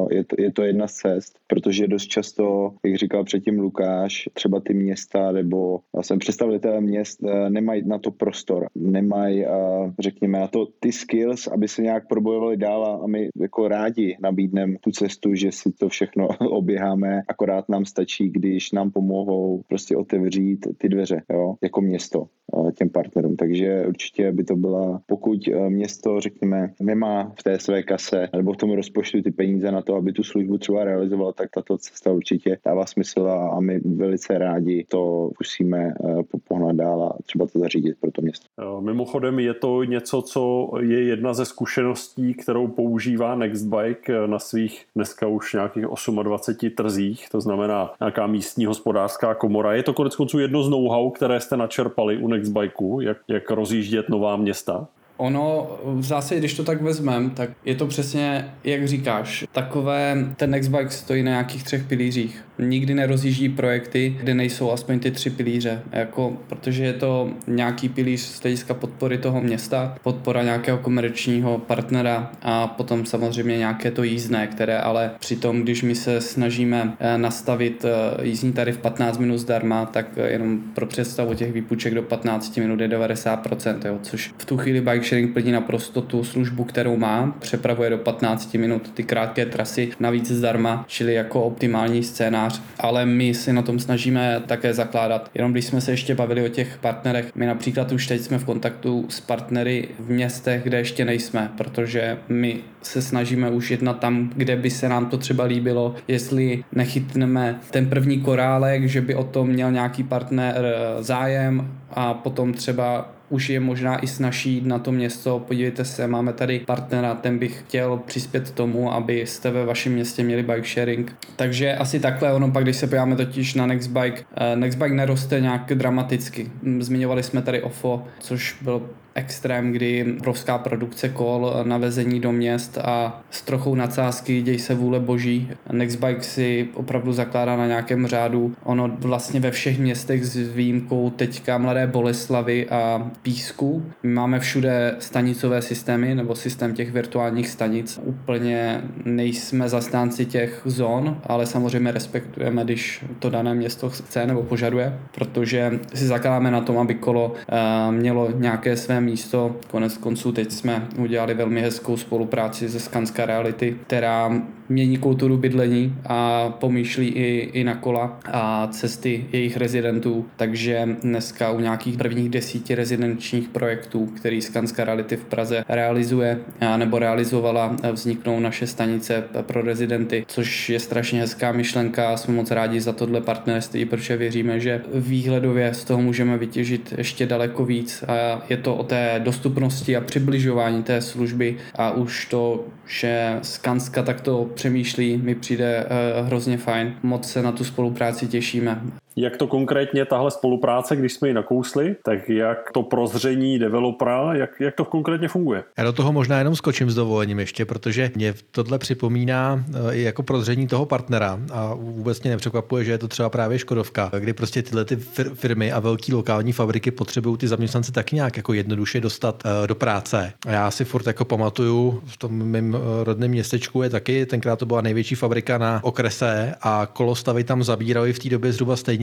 Je to jedna z cest, protože dost často, jak říkal předtím Lukáš, třeba ty města nebo vlastně představitelé měst nemají na to prostor, nemají, řekněme, na to ty skills, aby se nějak probojovali dál a my jako rádi nabídneme tu cestu, že si to všechno oběháme, akorát nám stačí, když nám pomohou prostě otevřít ty dveře, jo, jako město těm partnerům. Takže určitě by to byla, pokud město, řekněme, nemá v té své kase nebo v tom rozpočtu ty peníze na to, aby tu službu třeba realizoval, tak tato cesta určitě dává smysl a my velice rádi to musíme pohnat dál a třeba to zařídit pro to město. Mimochodem je to něco, co je jedna ze zkušeností, kterou používá Nextbike na svých dneska už nějakých 28 trzích, to znamená nějaká místní hospodářská komora. Je to koneckonců jedno z know-how, které jste načerpali u Nextbikeu, jak rozjíždět nová města? Ono v zásadě, když to tak vezmem, tak je to přesně, jak říkáš, ten Nextbike stojí na nějakých 3 pilířích. Nikdy nerozjíždí projekty, kde nejsou aspoň ty 3 pilíře, protože je to nějaký pilíř z hlediska podpory toho města, podpora nějakého komerčního partnera a potom samozřejmě nějaké to jízdné, které ale přitom, když my se snažíme nastavit jízdní tarif 15 minut zdarma, tak jenom pro představu těch výpůjček do 15 minut je 90%, jo, což v tu chvíli bike sharing plní naprosto tu službu, kterou má, přepravuje do 15 minut ty krátké trasy, navíc zdarma, čili jako optimální scénář, ale my si na tom snažíme také zakládat. Jenom když jsme se ještě bavili o těch partnerech, my například už teď jsme v kontaktu s partnery v městech, kde ještě nejsme, protože my se snažíme už jednat tam, kde by se nám to třeba líbilo, jestli nechytneme ten první korálek, že by o tom měl nějaký partner zájem a potom třeba už je možná i snazší jít na to město, podívejte se, máme tady partnera, ten bych chtěl přispět tomu, abyste ve vašem městě měli bike sharing. Takže asi takhle, ono pak, když se podíváme totiž na Nextbike neroste nějak dramaticky. Zmiňovali jsme tady OFO, což byl extrém, kdy obrovská produkce kol na vezení do měst a s trochou nadsázky děj se vůle boží. Nextbike si opravdu zakládá na nějakém řádu. Ono vlastně ve všech městech s výjimkou teďka Mladé Boleslavi a Písku. My máme všude stanicové systémy nebo systém těch virtuálních stanic. Úplně nejsme zastánci těch zón, ale samozřejmě respektujeme, když to dané město chce nebo požaduje, protože si zakládáme na tom, aby kolo mělo nějaké své místo. Konec konců teď jsme udělali velmi hezkou spolupráci se Skanska Reality, která mění kulturu bydlení a pomýšlí i na kola a cesty jejich rezidentů. Takže dneska u nějakých prvních 10 rezidenčních projektů, který Skanska Reality v Praze realizuje nebo realizovala, vzniknou naše stanice pro rezidenty, což je strašně hezká myšlenka a jsme moc rádi za tohle partnerství, protože věříme, že výhledově z toho můžeme vytěžit ještě daleko víc a je to o té dostupnosti a přibližování té služby a už to, že Skanska takto přemýšlí, mi přijde hrozně fajn. Moc se na tu spolupráci těšíme. Jak to konkrétně tahle spolupráce, když jsme ji nakousli, tak jak to prozření developera, jak to konkrétně funguje? Já do toho možná jenom skočím s dovolením ještě, protože mě tohle připomíná i jako prozření toho partnera a vůbec mě nepřekvapuje, že je to třeba právě Škodovka, kdy prostě tyhle ty firmy a velký lokální fabriky potřebují ty zaměstnance taky nějak jako jednoduše dostat do práce. A já si furt jako pamatuju, v tom mém rodném městečku je taky, tenkrát to byla největší fabrika na okrese a kolostavy tam zabírali v té době zhruba stejně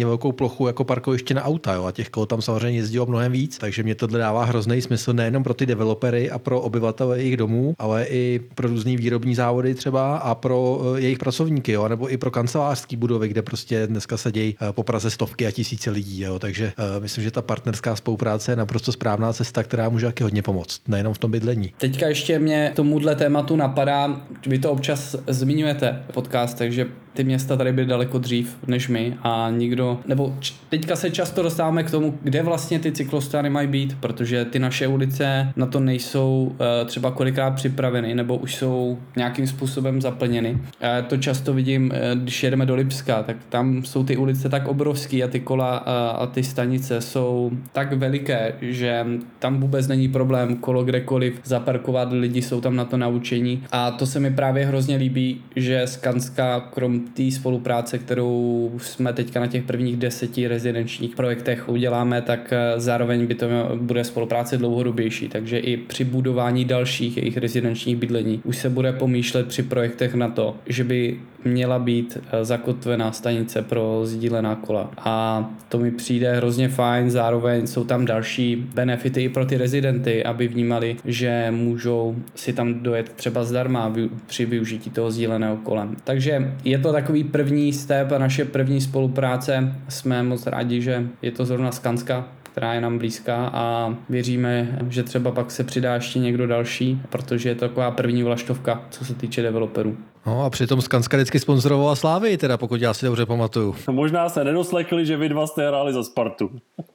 velkou plochu jako parkoviště na auta, jo, a těch kol tam samozřejmě jezdilo mnohem víc, takže mě tohle dává hrozný smysl nejenom pro ty developery a pro obyvatele jejich domů, ale i pro různý výrobní závody třeba a pro jejich pracovníky, jo, nebo i pro kancelářské budovy, kde prostě dneska sedějí po Praze stovky a tisíce lidí, jo, takže myslím, že ta partnerská spolupráce je naprosto správná cesta, která může taky hodně pomoct, nejenom v tom bydlení. Teďka ještě mě tomuhle tématu napadá, vy to občas zmiňujete v podcast, takže ty města tady byly daleko dřív než my a nikdo, nebo teďka se často dostáváme k tomu, kde vlastně ty cyklostrány mají být, protože ty naše ulice na to nejsou třeba kolikrát připraveny, nebo už jsou nějakým způsobem zaplněny. Já to často vidím, když jedeme do Lipska, tak tam jsou ty ulice tak obrovský a ty kola a ty stanice jsou tak veliké, že tam vůbec není problém kolo kdekoliv zaparkovat, lidi jsou tam na to naučení a to se mi právě hrozně líbí, že Skanska krom té spolupráce, kterou jsme teďka na těch prvních 10 rezidenčních projektech uděláme, tak zároveň bude spolupráce dlouhodobější, takže i při budování dalších jejich rezidenčních bydlení už se bude pomýšlet při projektech na to, že by měla být zakotvená stanice pro sdílená kola. A to mi přijde hrozně fajn, zároveň jsou tam další benefity i pro ty rezidenty, aby vnímali, že můžou si tam dojet třeba zdarma při využití toho sdíleného kola. Takže je to takový první step a naše první spolupráce. Jsme moc rádi, že je to zrovna Skanska, která je nám blízká a věříme, že třeba pak se přidá ještě někdo další, protože je to taková první vlaštovka, co se týče developerů. No a přitom Skanska vždycky sponzorovala Slávii, teda pokud já si dobře pamatuju. Možná se nedoslekli, že vy dva jste hráli za Spartu.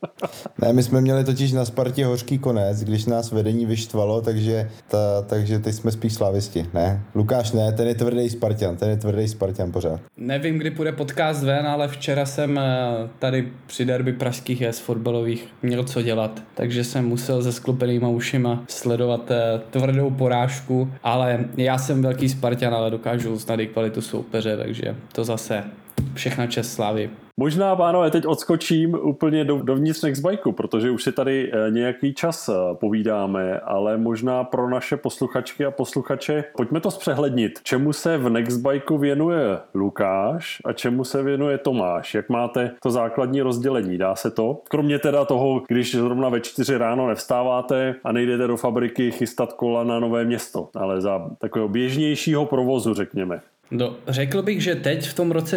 Ne, my jsme měli totiž na Spartě hořký konec, když nás vedení vyštvalo, takže teď jsme spíš slavisti. Ne, Lukáš ne, ten je tvrdý Spartan pořád. Nevím, kdy půjde podcast ven, ale včera jsem tady při derby pražských jez fotbalových měl co dělat, takže jsem musel se sklopenýma ušima sledovat tvrdou porážku, ale já jsem velký Spartan, ale dokážu uznat i kvalitu soupeře, takže to zase všechna čest Slávy. Možná, pánové, teď odskočím úplně dovnitř Nextbikeu, protože už si tady nějaký čas povídáme, ale možná pro naše posluchačky a posluchače pojďme to zpřehlednit. Čemu se v Nextbikeu věnuje Lukáš a čemu se věnuje Tomáš? Jak máte to základní rozdělení? Dá se to? Kromě teda toho, když zrovna ve 4 ráno nevstáváte a nejdete do fabriky chystat kola na Nové Město, ale za takového běžnějšího provozu, řekněme. Řekl bych, že teď v tom roce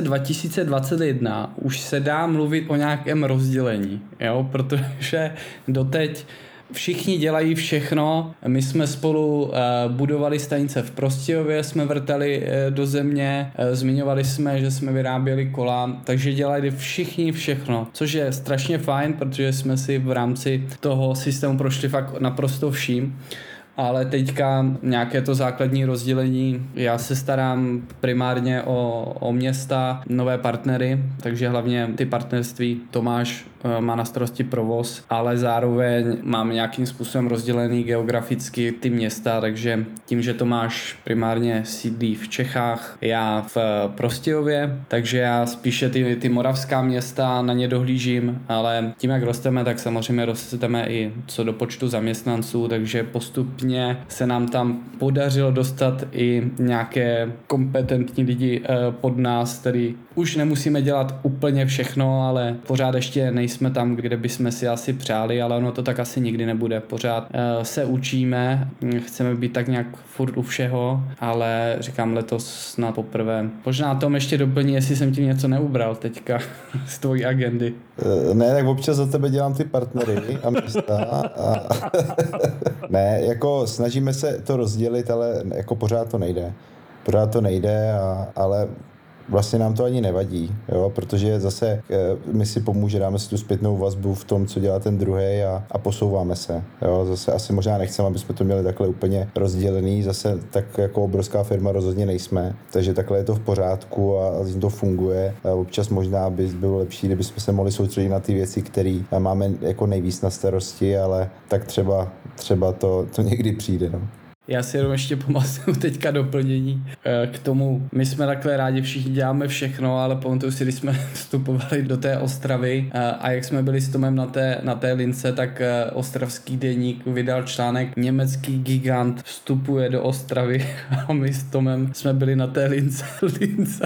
2021 už se dá mluvit o nějakém rozdělení, jo? Protože doteď všichni dělají všechno, my jsme spolu budovali stanice v Prostějově, jsme vrtali do země, zmiňovali jsme, že jsme vyráběli kola, takže dělali všichni všechno, což je strašně fajn, protože jsme si v rámci toho systému prošli fakt naprosto vším. Ale teďka nějaké to základní rozdělení, já se starám primárně o města, nové partnery, takže hlavně ty partnerství. Tomáš má na starosti provoz, ale zároveň mám nějakým způsobem rozdělený geograficky ty města, takže tím, že Tomáš primárně sídlí v Čechách, já v Prostějově, takže já spíše ty moravská města na ně dohlížím, ale tím, jak rosteme, tak samozřejmě rosteme i co do počtu zaměstnanců, takže postupně se nám tam podařilo dostat i nějaké kompetentní lidi pod nás, který už nemusíme dělat úplně všechno, ale pořád ještě nejsme tam, kde bychom si asi přáli, ale ono to tak asi nikdy nebude. Pořád se učíme, chceme být tak nějak furt u všeho, ale říkám letos snad poprvé. Možná Tom ještě doplní, jestli jsem ti něco neubral teďka z tvojí agendy. Ne, tak občas za tebe dělám ty partnery a města. Ne, jako snažíme se to rozdělit, ale jako pořád to nejde, ale vlastně nám to ani nevadí, jo, protože zase my si pomůže, dáme si tu zpětnou vazbu v tom, co dělá ten druhý a posouváme se. Jo. Zase asi možná nechceme, aby jsme to měli takhle úplně rozdělený, zase tak jako obrovská firma rozhodně nejsme, takže takhle je to v pořádku a to funguje. A občas možná by bylo lepší, kdybychom se mohli soustředit na ty věci, které máme jako nejvíc na starosti, ale tak třeba to někdy přijde. No. Já si jenom ještě pamatuju teďka doplnění k tomu. My jsme takhle rádi, všichni děláme všechno, ale pamatuju si, když jsme vstupovali do té Ostravy a jak jsme byli s Tomem na té lince, tak ostravský deník vydal článek Německý gigant vstupuje do Ostravy a my s Tomem jsme byli na té lince.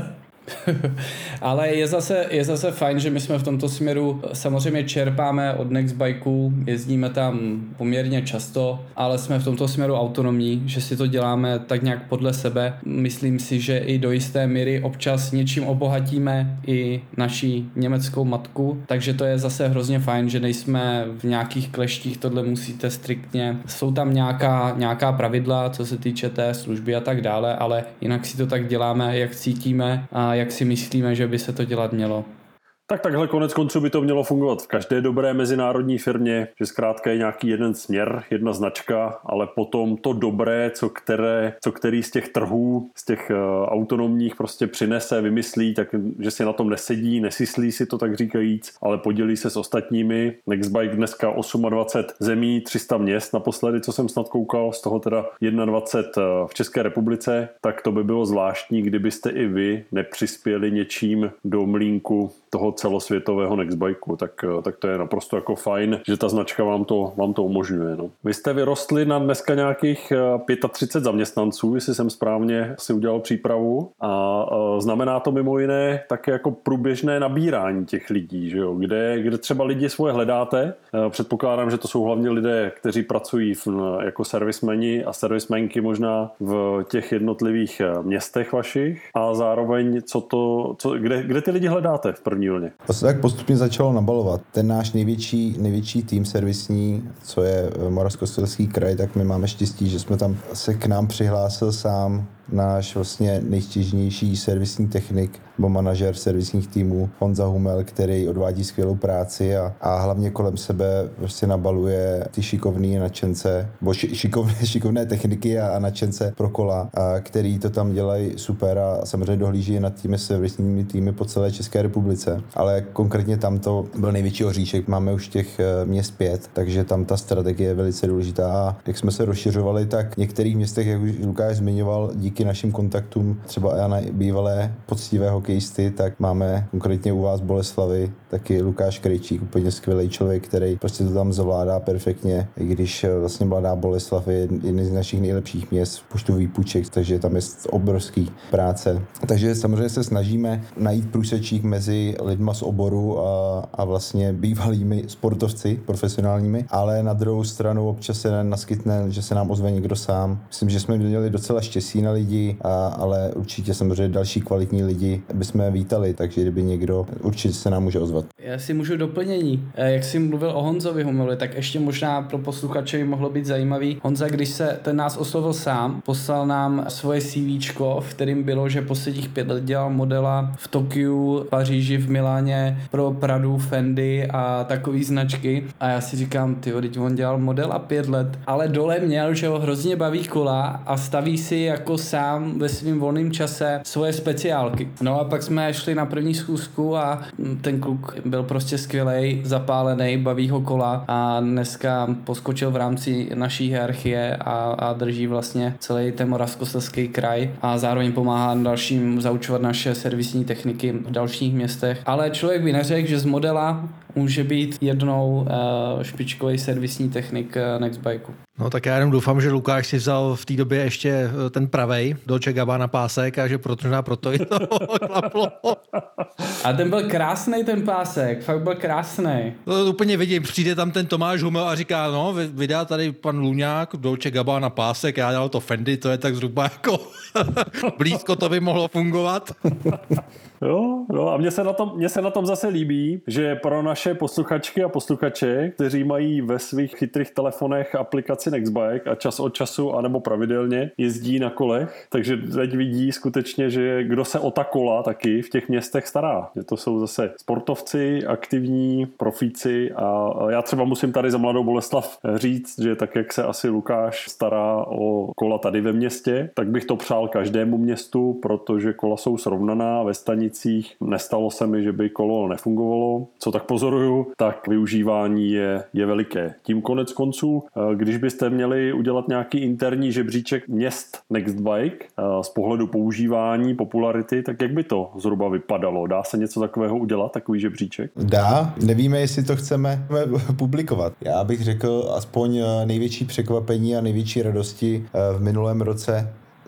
Ale je zase fajn, že my jsme v tomto směru samozřejmě čerpáme od Nextbikeu, jezdíme tam poměrně často, ale jsme v tomto směru autonomní, že si to děláme tak nějak podle sebe. Myslím si, že i do jisté míry občas něčím obohatíme i naší německou matku, takže to je zase hrozně fajn, že nejsme v nějakých kleštích, tohle musíte striktně. Jsou tam nějaká pravidla, co se týče té služby a tak dále, ale jinak si to tak děláme, jak cítíme a jak si myslíme, že by se to dělat mělo. Tak takhle konec konců by to mělo fungovat v každé dobré mezinárodní firmě, že zkrátka je nějaký jeden směr, jedna značka, ale potom to dobré, co který z těch trhů, z těch autonomních prostě přinese, vymyslí, tak že si na tom nesedí, nesyslí si to tak říkajíc, ale podělí se s ostatními. Nextbike dneska 28 zemí, 300 měst naposledy, co jsem snad koukal, z toho teda 21 v České republice, tak to by bylo zvláštní, kdybyste i vy nepřispěli něčím do mlýnku toho celosvětového Nextbikeu, tak to je naprosto jako fajn, že ta značka vám to umožňuje. No. Vy jste vyrostli na dneska nějakých 35 zaměstnanců, jestli jsem správně si udělal přípravu, a znamená to mimo jiné také jako průběžné nabírání těch lidí, že jo? Kde třeba lidi svoje hledáte. Předpokládám, že to jsou hlavně lidé, kteří pracují jako servismeni a servismenky možná v těch jednotlivých městech vašich, a zároveň kde ty lidi hledáte v první vlně? To se tak postupně začalo nabalovat. Ten náš největší tým servisní, co je Moravskoslezský kraj, tak my máme štěstí, že jsme tam se k nám přihlásil sám náš vlastně nejstěžnější servisní technik nebo manažer servisních týmů Honza Humel, který odvádí skvělou práci a hlavně kolem sebe prostě nabaluje ty šikovný nadšence, nebo šikovné techniky a nadšence pro kola, který to tam dělají super a samozřejmě dohlíží nad těmi servisními týmy po celé České republice. Ale konkrétně tam to byl největší oříšek. Máme už těch měst 5, takže tam ta strategie je velice důležitá. A jak jsme se rozšiřovali, tak v některých městech, jak už Lukáš zmiňoval, díky našim kontaktům, třeba na bývalé poctivé hokejisty, tak máme konkrétně u vás Boleslavy taky Lukáš Krejčík, úplně skvělý člověk, který prostě to tam zvládá perfektně, i když vlastně Mladá Boleslav je jeden z našich nejlepších měst v počtu výpůjček, takže tam je obrovský práce. Takže samozřejmě se snažíme najít průsečík mezi lidma z oboru a vlastně bývalými sportovci profesionálními, ale na druhou stranu občas se naskytne, že se nám ozve někdo sám. Myslím, že jsme měli docela štěstí na lidi, ale určitě samozřejmě další kvalitní lidi bychom vítali, takže kdyby někdo, určitě se nám může ozvat. Já si můžu doplnění. Jak jsi mluvil o Honzovi Humelovi, tak ještě možná pro posluchače by mohlo být zajímavý. Honza, když se ten nás oslovil sám, poslal nám svoje CVčko, v kterým bylo, že posledních 5 let dělal modela v Tokiu, Paříži, v Miláně pro Pradu, Fendi a takový značky. A já si říkám, teď on dělal modela 5 let, ale dole měl, že ho hrozně baví kola a staví si jako sám ve svým volném čase svoje speciálky. No a pak jsme šli na první schůzku a ten kluk byl prostě skvělej, zapálený, baví ho kola a dneska poskočil v rámci naší hierarchie a drží vlastně celý ten Moravskoslezský kraj a zároveň pomáhá dalším zaučovat naše servisní techniky v dalších městech. Ale člověk by neřekl, že z modela může být jednou špičkový servisní technik Nextbikeu. No tak já jenom doufám, že Lukáš si vzal v té době ještě ten pravej Dolce Gabbana pásek a že proto i to klaplo. A ten byl krásnej ten pásek, fakt byl krásnej. To úplně vidím, přijde tam ten Tomáš Humel a říká, no vydá tady pan Luňák Dolce Gabbana pásek, já dělal to Fendi, to je tak zhruba jako blízko to by mohlo fungovat. Jo, a mně se na tom zase líbí, že pro naše posluchačky a posluchače, kteří mají ve svých chytrých telefonech aplikaci Nextbike a čas od času anebo pravidelně jezdí na kolech, takže teď vidí skutečně, že kdo se o ta kola taky v těch městech stará. Že to jsou zase sportovci, aktivní, profíci a já třeba musím tady za Mladou Boleslav říct, že tak, jak se asi Lukáš stará o kola tady ve městě, tak bych to přál každému městu, protože kola jsou srovnaná ve stanicích. Nestalo se mi, že by kolo nefungovalo. Co tak pozoruju, tak využívání je veliké. Tím konec konců, když byste měli udělat nějaký interní žebříček měst Nextbike z pohledu používání, popularity, tak jak by to zhruba vypadalo? Dá se něco takového udělat, takový žebříček? Dá, nevíme, jestli to chceme publikovat. Já bych řekl aspoň největší překvapení a největší radosti v minulém roce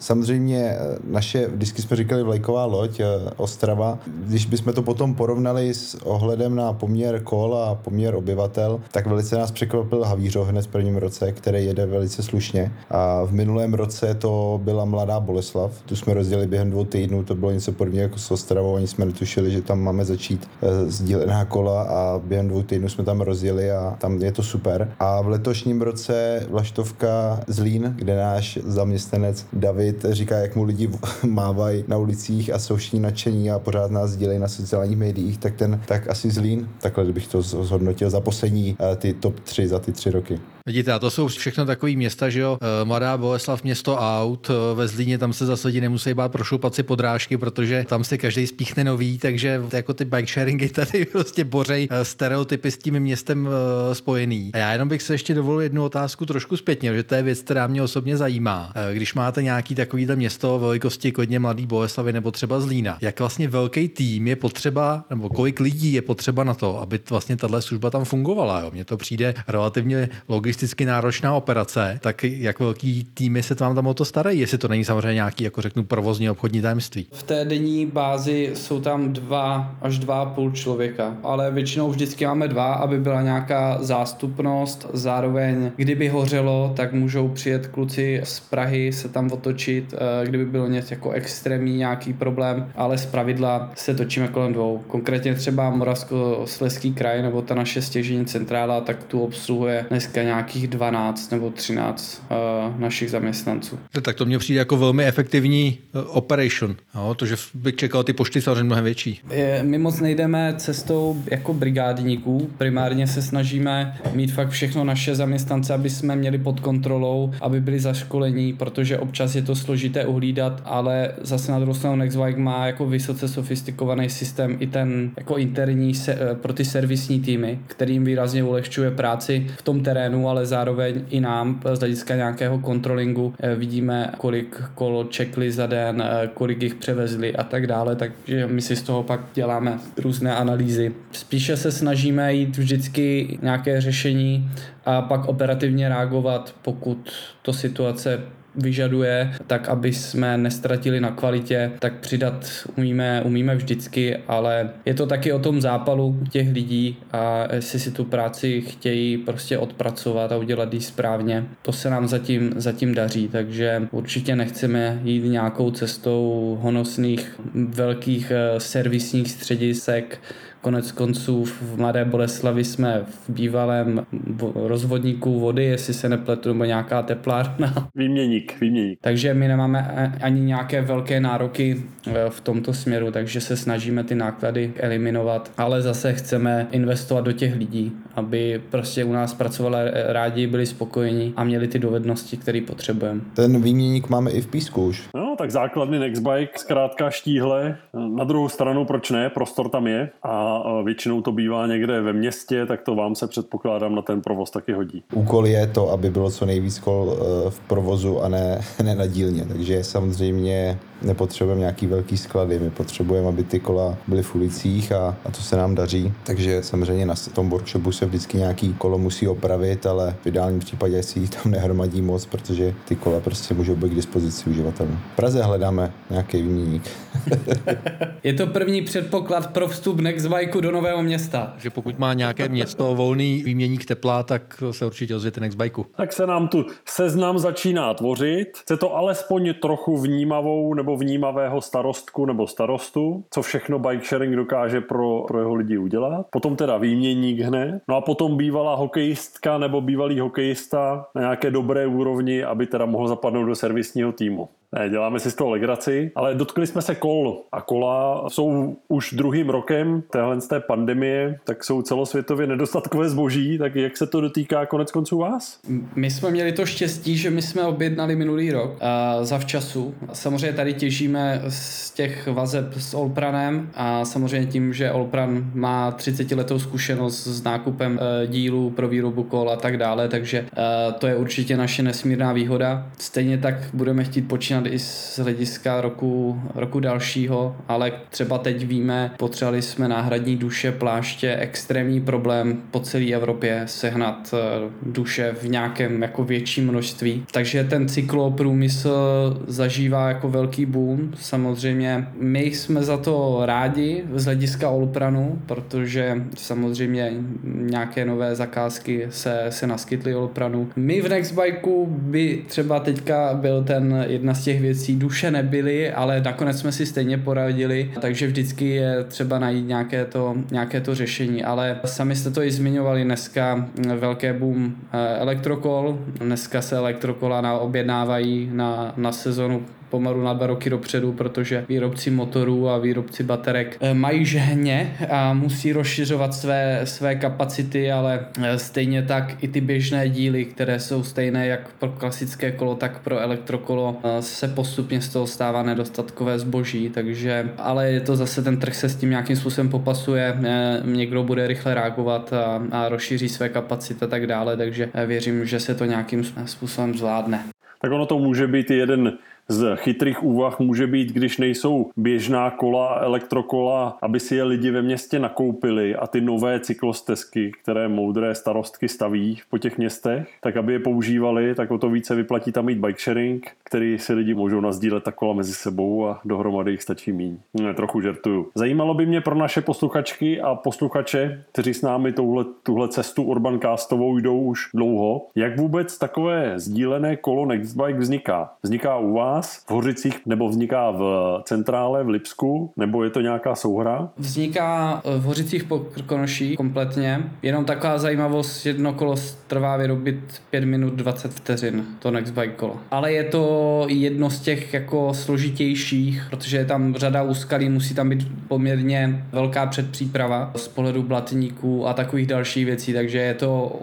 samozřejmě vždycky jsme říkali vlajková loď Ostrava. Když bychom to potom porovnali s ohledem na poměr kol a poměr obyvatel, tak velice nás překvapil Havířov hned v prvním roce, který jede velice slušně. A v minulém roce to byla Mladá Boleslav. Tu jsme rozdělili během 2 týdnů, to bylo něco podobného jako s Ostravou, oni jsme netušili, že tam máme začít sdílená kola a během 2 týdnů jsme tam rozjeli a tam je to super. A v letošním roce Vlaštovka Zlín, kde náš zaměstnanec David říká, jak mu lidi mávají na ulicích a jsou všichni nadšení a pořád nás sdílejí na sociálních médiích, tak asi Zlín, takhle bych to zhodnotil za poslední ty top 3 za ty 3 roky. Vidíte, a to jsou všechno takový města, že jo, Mladá Boleslav, město aut, ve Zlíně tam se zase lidi nemusí bát prošoupat si podrážky, protože tam si každý spíchne nový, takže jako ty bike sharingy tady prostě bořej stereotypy s tím městem spojený. A já jenom bych se ještě dovolil jednu otázku trošku zpětně, že to je věc, která mě osobně zajímá. Když máte nějaký takovýhle město velikosti kodně Mladý Boleslavy nebo třeba Zlína, jak vlastně velký tým je potřeba, nebo kolik lidí je potřeba na to, aby vlastně tahle služba tam fungovala, jo? Mně to přijde relativně logisticky náročná operace, tak jak velký týmy se vám tam o to starají, jestli to není samozřejmě nějaký, jako řeknu, provozní obchodní tajemství. V té denní bázi jsou tam 2 až 2,5 člověka, ale většinou vždycky máme 2, aby byla nějaká zástupnost, zároveň kdyby hořelo, tak můžou přijet kluci z Prahy se tam otočit, kdyby bylo něco jako extrémní nějaký problém, ale zpravidla se točíme kolem 2. Konkrétně třeba Moravskoslezský kraj nebo ta naše stěžejní centrála, tak tu obsluhuje dneska nějakých 12 nebo 13 našich zaměstnanců. Tak to mně přijde jako velmi efektivní operation. Jo, to, že bych čekal ty pošty samozřejmě mnohem větší. My moc nejdeme cestou jako brigádníků. Primárně se snažíme mít fakt všechno naše zaměstnance, aby jsme měli pod kontrolou, aby byli zaškolení, protože občas je to složité uhlídat, ale zase na druhou stranu Nextbike má jako vysoce sofistikovaný systém i ten jako interní pro ty servisní týmy, kterým výrazně ulehčuje práci v tom terénu, ale zároveň i nám z hlediska nějakého kontrolingu vidíme, kolik kol čekli za den, kolik jich převezli a tak dále, takže my si z toho pak děláme různé analýzy. Spíše se snažíme jít vždycky nějaké řešení a pak operativně reagovat, pokud to situace vyžaduje, tak aby jsme nestratili na kvalitě, tak přidat umíme vždycky, ale je to taky o tom zápalu těch lidí a jestli si tu práci chtějí prostě odpracovat a udělat ji správně. To se nám zatím daří, takže určitě nechceme jít nějakou cestou honosných velkých servisních středisek. Konec konců v Mladé Boleslavi jsme v bývalém rozvodníku vody, jestli se nepletu, nebo nějaká teplárna. Výměník. Takže my nemáme ani nějaké velké nároky v tomto směru, takže se snažíme ty náklady eliminovat, ale zase chceme investovat do těch lidí, aby prostě u nás pracovali rádi, byli spokojení a měli ty dovednosti, které potřebujeme. Ten výměník máme i v Písku už. No, tak základny Nextbike zkrátka štíhle. Na druhou stranu, proč ne? Prostor tam je a většinou to bývá někde ve městě, tak to vám se předpokládám na ten provoz taky hodí. Úkol je to, aby bylo co nejvíc kol v provozu a ne na dílně, takže samozřejmě nepotřebujeme nějaký velký sklady, my potřebujeme, aby ty kola byly v ulicích a to se nám daří, takže samozřejmě na tom workshopu se vždycky nějaký kolo musí opravit, ale v ideálním případě si jich tam nehromadí moc, protože ty kola prostě můžou být k dispozici uživatelů. V Praze hledáme nějaký výměník. Je to první předpoklad pro vstup Nextbikeu do Nového Města. Že pokud má nějaké město volný výměník tepla, tak se určitě ozvěte Nextbikeu. Tak se nám tu seznam začíná tvořit. Chce to alespoň trochu vnímavou nebo vnímavého starostku nebo starostu, co všechno bike sharing dokáže pro jeho lidi udělat. Potom teda výměník hned. No a potom bývalá hokejistka nebo bývalý hokejista na nějaké dobré úrovni, aby teda mohl zapadnout do servisního týmu. Ne, děláme si z toho legraci, ale dotkli jsme se kol a kola jsou už druhým rokem téhle z té pandemie, tak jsou celosvětově nedostatkové zboží, tak jak se to dotýká konec konců vás? My jsme měli to štěstí, že my jsme objednali minulý rok zavčasu. Samozřejmě tady těžíme z těch vazeb s Olpranem a samozřejmě tím, že Olpran má 30letou zkušenost s nákupem dílů pro výrobu kol a tak dále, takže to je určitě naše nesmírná výhoda. Stejně tak budeme chtít počínat přemýšlet i z hlediska roku dalšího, ale třeba teď víme, potřebovali jsme náhradní duše, pláště, extrémní problém po celé Evropě sehnat duše v nějakém jako větším množství. Takže ten cykloprůmysl zažívá jako velký boom. Samozřejmě my jsme za to rádi z hlediska Allpranu, protože samozřejmě nějaké nové zakázky se naskytly Allpranu. My v Nextbikeu by třeba teďka byl jedna z těch věcí, duše nebyly, ale nakonec jsme si stejně poradili, takže vždycky je třeba najít nějaké to řešení, ale sami jste to i zmiňovali, dneska velké boom elektrokol, dneska se elektrokola objednávají na sezonu pomalu na 2 roky dopředu, protože výrobci motorů a výrobci baterek mají žehně a musí rozšiřovat své kapacity, ale stejně tak i ty běžné díly, které jsou stejné jak pro klasické kolo, tak pro elektrokolo, se postupně z toho stává nedostatkové zboží, takže, ale je to zase, ten trh se s tím nějakým způsobem popasuje, někdo bude rychle reagovat a rozšíří své kapacity a tak dále, takže věřím, že se to nějakým způsobem zvládne. Tak ono to může být jeden z chytrých úvah, může být, když nejsou běžná kola, elektrokola, aby si je lidi ve městě nakoupili a ty nové cyklostezky, které moudré starostky staví po těch městech, tak aby je používali, tak o to více vyplatí tam mít bike sharing, který si lidi můžou nasdílet ta kola mezi sebou a dohromady jich stačí míň. Trochu žertuju. Zajímalo by mě pro naše posluchačky a posluchače, kteří s námi tuhle cestu Urbancastovou jdou už dlouho, jak vůbec takové sdílené kolo Nextbike vzniká? Vzniká u vás v Hořicích, nebo vzniká v centrále v Lipsku, nebo je to nějaká souhra? Vzniká v Hořicích po Krkonoší kompletně. Jenom taková zajímavost, jedno kolo trvá vyrobit 5 minut 20 vteřin, to Nextbike kolo. Ale je to jedno z těch jako složitějších, protože je tam řada úskalí, musí tam být poměrně velká předpříprava z pohledu blatníků a takových dalších věcí, takže je to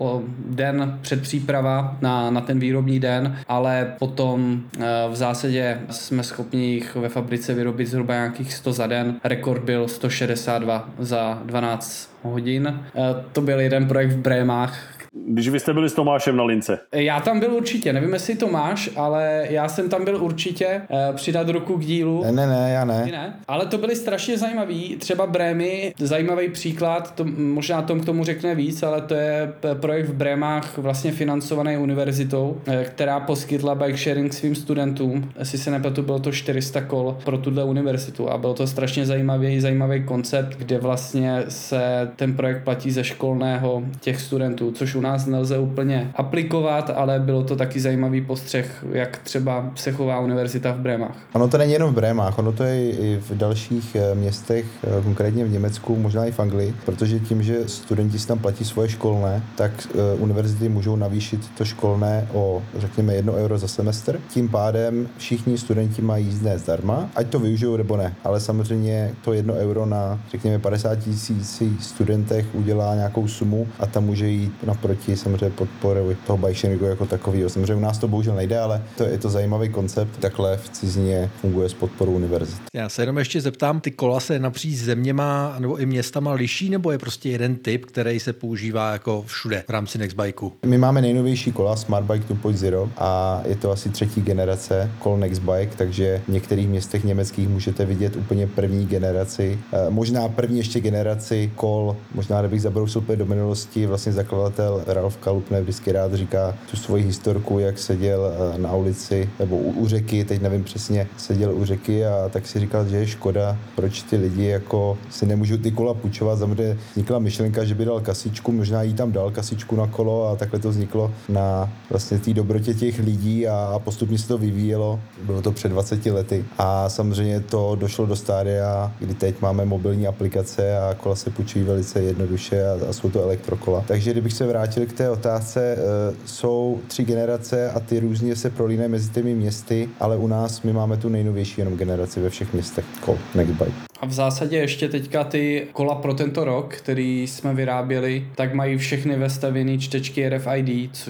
den předpříprava na ten výrobní den, ale potom v zásadě jsme schopni jich ve fabrice vyrobit zhruba nějakých 100 za den. Rekord byl 162 za 12 hodin. To byl jeden projekt v Brémách. Když vy jste byli s Tomášem na lince. Já tam byl určitě, nevím jestli Tomáš, ale já jsem tam byl určitě přidat ruku k dílu. Ne, já ne. Ne. Ale to byly strašně zajímavý, třeba Brémy, zajímavý příklad, možná Tom k tomu řekne víc, ale to je projekt v Brémách vlastně financovaný univerzitou, která poskytla bike sharing svým studentům. Jestli se nepletu, bylo to 400 kol pro tuhle univerzitu a byl to strašně zajímavý koncept, kde vlastně se ten projekt platí ze školného těch studentů, což u nás nelze úplně aplikovat, ale bylo to taky zajímavý postřeh, jak třeba se chová univerzita v Brémách. Ono to není jenom v Brémách, ono to je i v dalších městech, konkrétně v Německu, možná i v Anglii, protože tím, že studenti si tam platí svoje školné, tak univerzity můžou navýšit to školné o, řekněme, 1 euro za semestr. Tím pádem všichni studenti mají jízdné zdarma, ať to využijou nebo ne, ale samozřejmě to 1 euro na, řekněme, 50 000 studentech udělá nějakou sumu a tam může jít naproti samozřejmě podporu toho bike sharingu jako takového. Samozřejmě u nás to bohužel nejde, ale je to zajímavý koncept. Takhle v cizině funguje s podporou univerzit. Já se jenom ještě zeptám, ty kola se napříč zeměma nebo i městama liší, nebo je prostě jeden typ, který se používá jako všude v rámci Nextbikeu? My máme nejnovější kola Smartbike 2.0 a je to asi 3. generace kol Nextbike, takže v některých městech německých můžete vidět úplně první generaci, možná první ještě generaci kol, možná kdybych zabrousil do minulosti, vlastně zakladatel Ralf Kalupner vždycky rád říká tu svoji historku, jak seděl na ulici nebo u řeky, teď nevím přesně, seděl u řeky a tak si říkal, že je škoda, proč ty lidi jako si nemůžou ty kola půjčovat. Samozřejmě vznikla myšlenka, že by dal kasičku, možná jí tam dal kasičku na kolo a takhle to vzniklo na vlastně té dobrotě těch lidí a postupně se to vyvíjelo. Bylo to před 20 lety a samozřejmě to došlo do stádia, kdy teď máme mobilní aplikace a kola se půjčují velice jednoduše a jsou to elektrokola. Takže kdybych se vrátil k té otázce, jsou 3 generace a ty různě se prolínají mezi těmi městy, ale u nás my máme tu nejnovější jenom generaci ve všech městech kol Nextbike. A v zásadě ještě teďka ty kola pro tento rok, který jsme vyráběli, tak mají všechny vestavěné čtečky RFID, což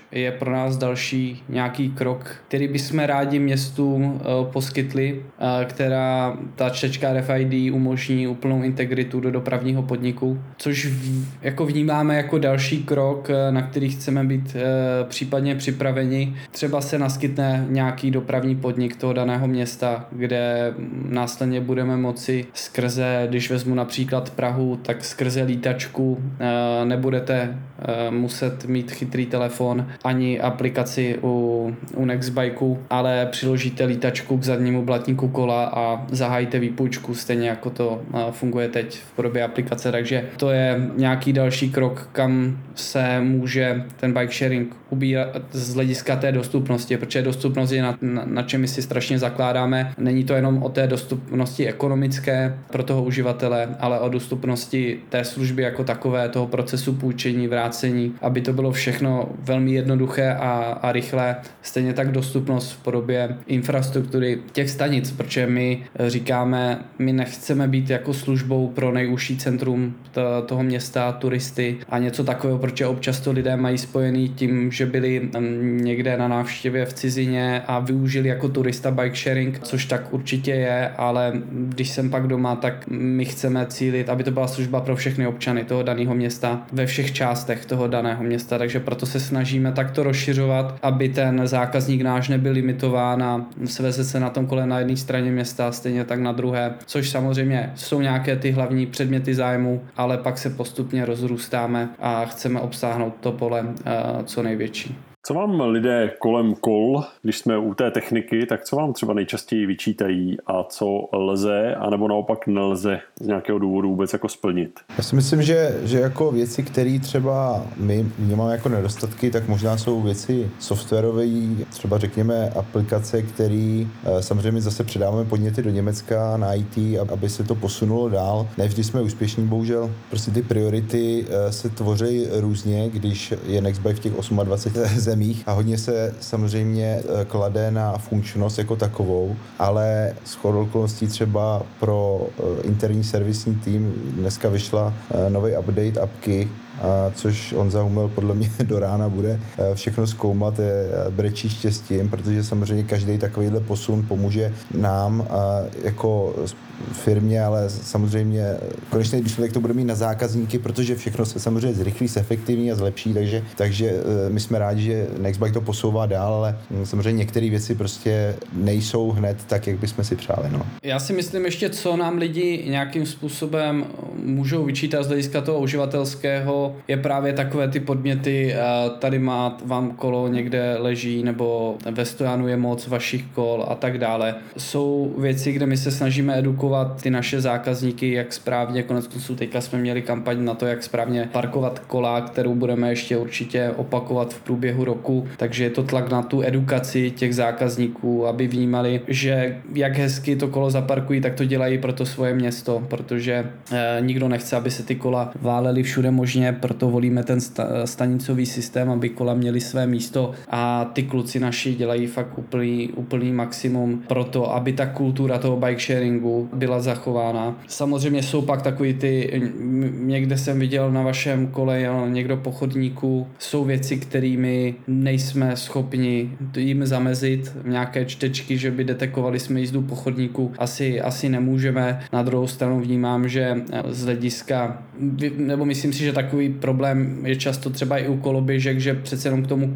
je pro nás další nějaký krok, který bychom rádi městům poskytli, která ta čtečka RFID umožní úplnou integritu do dopravního podniku, což jako vnímáme jako další krok, na který chceme být případně připraveni. Třeba se naskytne nějaký dopravní podnik toho daného města, kde následně budeme moci skrze, když vezmu například Prahu, tak skrze lítačku nebudete muset mít chytrý telefon ani aplikaci u Nextbikeu, ale přiložíte lítačku k zadnímu blatníku kola a zahájíte výpůjčku, stejně jako to funguje teď v podobě aplikace, takže to je nějaký další krok, kam se může ten bike sharing ubírat z hlediska té dostupnosti, protože dostupnost je na čem my si strašně zakládáme. Není to jenom o té dostupnosti ekonomické pro toho uživatele, ale o dostupnosti té služby jako takové, toho procesu půjčení, vrácení, aby to bylo všechno velmi jednoduché a rychlé. Stejně tak dostupnost v podobě infrastruktury těch stanic, protože my říkáme, my nechceme být jako službou pro nejužší centrum toho města, turisty a něco takového, protože občas to lidé mají spojený tím, že byli někde na návštěvě v cizině a využili jako turista bike sharing, což tak určitě je, ale když jsem pak doma, tak my chceme cílit, aby to byla služba pro všechny občany toho daného města ve všech částech toho daného města, takže proto se snažíme takto rozšiřovat, aby ten zákazník náš nebyl limitován a sveze se na tom kole na jedné straně města, stejně tak na druhé, což samozřejmě jsou nějaké ty hlavní předměty zájmu, ale pak se postupně rozrůstáme a chceme obsáhnout to pole co největší. Co vám lidé kolem kol, když jsme u té techniky, tak co vám třeba nejčastěji vyčítají a co lze, anebo naopak nelze z nějakého důvodu vůbec jako splnit? Já si myslím, že jako věci, které třeba my máme jako nedostatky, tak možná jsou věci softwarové, třeba řekněme aplikace, které samozřejmě zase předáváme podněty do Německa na IT, aby se to posunulo dál. Ne vždy jsme úspěšní, bohužel. Prostě ty priority se tvoří různě, když je Nextbike v těch 28 zemích a hodně se samozřejmě klade na funkčnost jako takovou, ale shodou okolností třeba pro interní servisní tým dneska vyšla nový update apky, což Honza Humel podle mě do rána bude všechno zkoumat, brečí štěstím, protože samozřejmě každý takovýhle posun pomůže nám jako firmě, ale samozřejmě konečný důsledek to bude mít na zákazníky, protože všechno se samozřejmě zrychlí, zefektivní a zlepší, takže my jsme rádi, že Nextbike to posouvá dál, ale samozřejmě některé věci prostě nejsou hned tak, jak bychom si přáli. No. Já si myslím ještě, co nám lidi nějakým způsobem můžou vyčítat z hlediska toho uživatelského, je právě takové ty podměty, tady vám kolo někde leží, nebo ve stojanu je moc vašich kol a tak dále. Jsou věci, kde my se snažíme edukovat ty naše zákazníky, jak správně, koneckonců teďka jsme měli kampaň na to, jak správně parkovat kola, kterou budeme ještě určitě opakovat v průběhu roku, takže je to tlak na tu edukaci těch zákazníků, aby vnímali, že jak hezky to kolo zaparkují, tak to dělají pro to svoje město, protože nikdo nechce, aby se ty kola válely všude možně, proto volíme ten stanicový systém, aby kola měly své místo a ty kluci naši dělají fakt úplný maximum pro to, aby ta kultura toho bike sharingu byla zachována. Samozřejmě jsou pak takový ty, někde jsem viděl na vašem kole někdo po chodníku, jsou věci, kterými nejsme schopni jim zamezit, nějaké čtečky, že by detekovali jsme jízdu po chodníku, asi nemůžeme. Na druhou stranu vnímám, že z hlediska, nebo myslím si, že takový problém je často třeba i u koloběžek, že přece jenom k tomu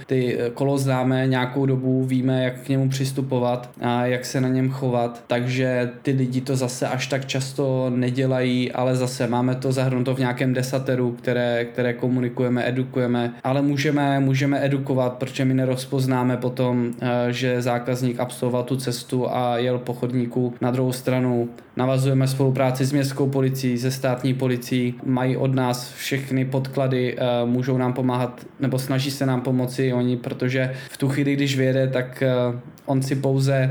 kolo známe nějakou dobu, víme, jak k němu přistupovat a jak se na něm chovat, takže ty lidi to zase až tak často nedělají, ale zase máme to zahrnuto v nějakém desateru, které komunikujeme, edukujeme, ale můžeme edukovat, protože my nerozpoznáme potom, že zákazník absolvoval tu cestu a jel po chodníku. Na druhou stranu navazujeme spolupráci s městskou policií, se státní policií, mají od nás všechny podklady, můžou nám pomáhat, nebo snaží se nám pomoci oni, protože v tu chvíli, když vyjede, tak on si pouze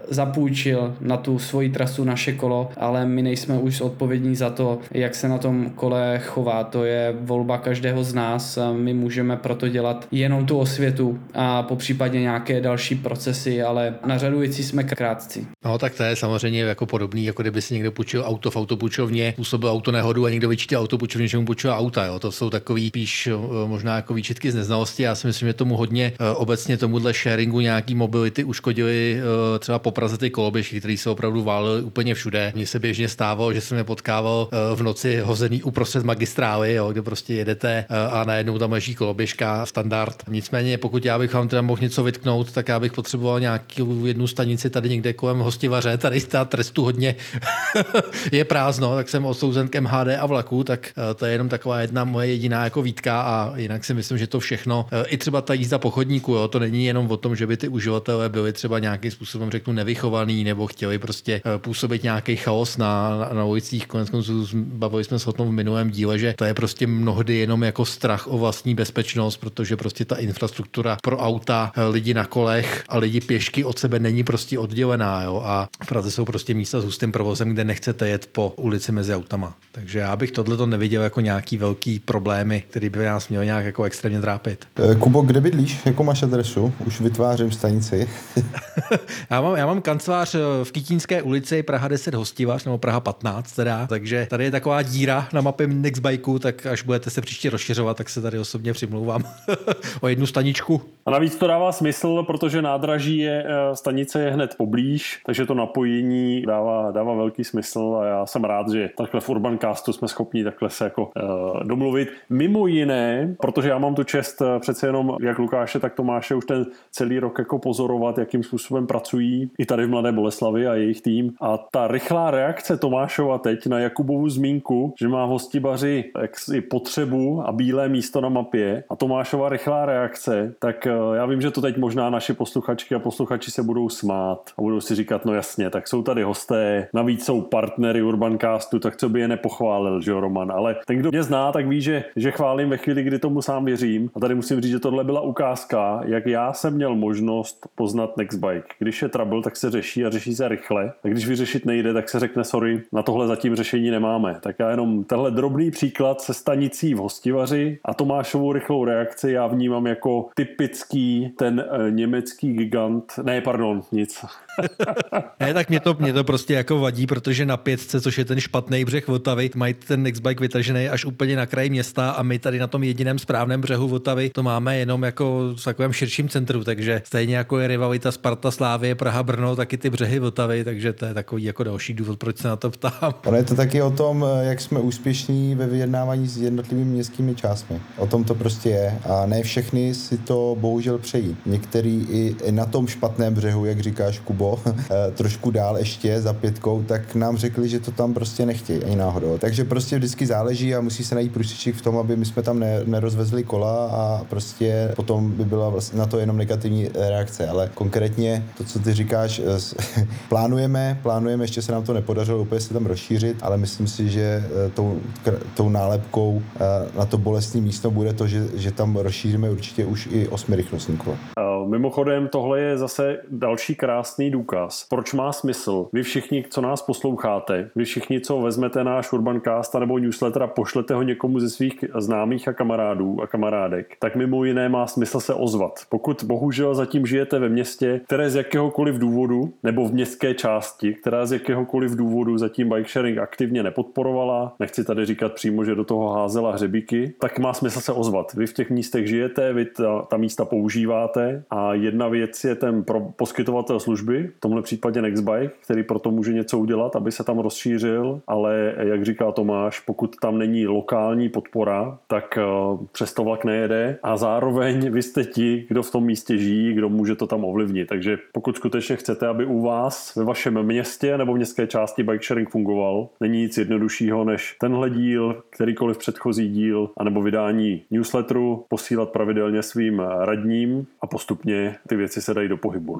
zapůjčil na tu svoji trasu naše kolo, ale my nejsme už odpovědní za to, jak se na tom kole chová. To je volba každého z nás. My můžeme proto dělat jenom tu osvětu a popřípadně nějaké další procesy, ale na řadu věcí jsme krátcí. No tak to je samozřejmě jako podobný, jako kdyby si někdo půjčil auto v autopůjčovně, působil autonehodu a někdo vyčítil autopůjčovně, že mu půjčil auta. Jo. To jsou takový píš možná jako výčitky z neznalosti. Já si myslím, že tomu hodně obecně tomuhle sharingu nějaký mobility uškodili třeba po Praze ty koloběžky, které se opravdu válely úplně všude. Mně se běžně stávalo, že jsem je potkával v noci hozený uprostřed magistrály, jo, kde prostě jedete a najednou tam leží koloběžka standard. Nicméně, pokud já bych vám teda mohl něco vytknout, tak já bych potřeboval nějakou jednu stanici tady někde kolem Hostivaře, tady ta trestu hodně je prázdno, tak jsem odsouzen k MHD a vlaku, tak to je jenom taková jedna moje jediná jako výtka a jinak si myslím, že to všechno, i třeba ta jízda po chodníku, jo, to není jenom o tom, že by ty uživatelé byli třeba nějakým způsobem řeknu nevychovaný nebo chtěli prostě působit nějaký chaos na ulicích. Koneckonců bavili jsme se o tom v minulém díle, že to je prostě mnohdy jenom jako strach o vlastní bezpečnost, protože prostě ta infrastruktura pro auta, lidi na kolech a lidi pěšky od sebe není prostě oddělená, jo, a v Praze jsou prostě místa s hustým provozem, kde nechcete jet po ulici mezi autama. Takže já bych tohleto neviděl jako nějaký velký problémy, který by nás měl nějak jako extrémně trápit. Kubo, kde bydlíš? Jakou máš adresu? Už vytvářím stanici. já mám kancelář v Kytínské ulici, Praha 10 Hostivař, nebo Praha 15 teda, takže tady je taková díra na mapě Nextbikeu, tak až budete se příště rozšiřovat, tak se tady osobně přimlouvám o jednu staničku. A navíc to dává smysl, protože nádraží stanice je hned poblíž, takže to napojení dává velký smysl a já jsem rád, že takhle v Urbancastu jsme schopni takhle se jako domluvit. Mimo jiné, protože já mám tu čest přece jenom jak Lukáše, tak Tomáše už ten celý rok jako pozorovat, jakým způsobem pracují i tady v Mladé Boleslavi a jejich tým. A ta rychlá reakce Tomášova teď na Jakubovu zmínku, že má v Hostivaři jaksi potřebu a bílé místo na mapě a Tomášova rychlá reakce, tak já vím, že to teď možná naši posluchačky a posluchači se budou smát a budou si říkat, no jasně, tak jsou tady hosté, navíc jsou partnery Urbancastu, tak co by je nepochválil, že jo, Roman, ale ten, kdo mě zná, tak ví, že chválím ve chvíli, kdy tomu sám věřím a tady musím říct, že tohle byla ukázka, jak já jsem měl možnost poznat Nextbike. Když je trouble, tak se řeší a řeší se rychle a když vyřešit nejde, tak se řekne sorry, na tohle zatím řešení nemáme. Tak já jenom tenhle drobný příklad se stanicí v Hostivaři a Tomášovou rychlou reakci já vnímám jako typický ten německý gigant. Ne, pardon, nic. Ne, tak mě to prostě jako vadí, protože na 5, což je ten špatný břeh Vltavy, mají ten Nextbike vytažený až úplně na kraji města a my tady na tom jediném správném břehu Vltavy to máme jenom jako v takovém širším centru, takže stejně jako je rivalita Sparta, Slávie, Praha, Brno, taky ty břehy Vltavy, takže to je takový jako další důvod, proč se na to ptám. Ono je to taky o tom, jak jsme úspěšní ve vyjednávání s jednotlivými městskými částmi. O tom to prostě je a ne všechny si to bohužel přejí. Některý i na tom špatném břehu, jak říkáš, Kubo, trošku dál ještě za 5, tak nám řekli, že to tam prostě nechtějí ani náhodou. Takže prostě vždycky záleží a musí se najít průstřiček v tom, aby my jsme tam nerozvezli kola a prostě potom by byla vlastně na to jenom negativní reakce. Ale konkrétně to, co ty říkáš, plánujeme, ještě se nám to nepodařilo úplně se tam rozšířit, ale myslím si, že tou nálepkou na to bolestné místo bude to, že tam rozšíříme určitě už i 8rychlostní kola. Mimochodem, tohle je zase další krásný důkaz. Proč má smysl? Vy všichni, co nás posloucháte, vy všichni, co vezmete náš Urbancast nebo newsletter a pošlete ho někomu ze svých známých a kamarádů a kamarádek, tak mimo jiné má smysl se ozvat. Pokud bohužel zatím žijete ve městě, které z jakéhokoliv důvodu, nebo v městské části, která z jakéhokoliv důvodu zatím bike sharing aktivně nepodporovala, nechci tady říkat přímo, že do toho házela hřebíky, tak má smysl se ozvat. Vy v těch místech žijete, vy ta místa používáte a jedna věc je ten poskytovatel služby, v tomhle případě Nextbike, který proto může něco udělat, aby se tam rozšířil, ale jak říká Tomáš, pokud tam není lokální podpora, tak přesto vlak nejede a zároveň vy jste ti, kdo v tom místě žijí, kdo může to tam ovlivnit. Takže pokud skutečně chcete, aby u vás ve vašem městě nebo městské části bike sharing fungoval, není nic jednoduššího než tenhle díl, kterýkoliv předchozí díl, anebo vydání newsletteru posílat pravidelně svým radním a postupně ty věci se dají do pohybu. No.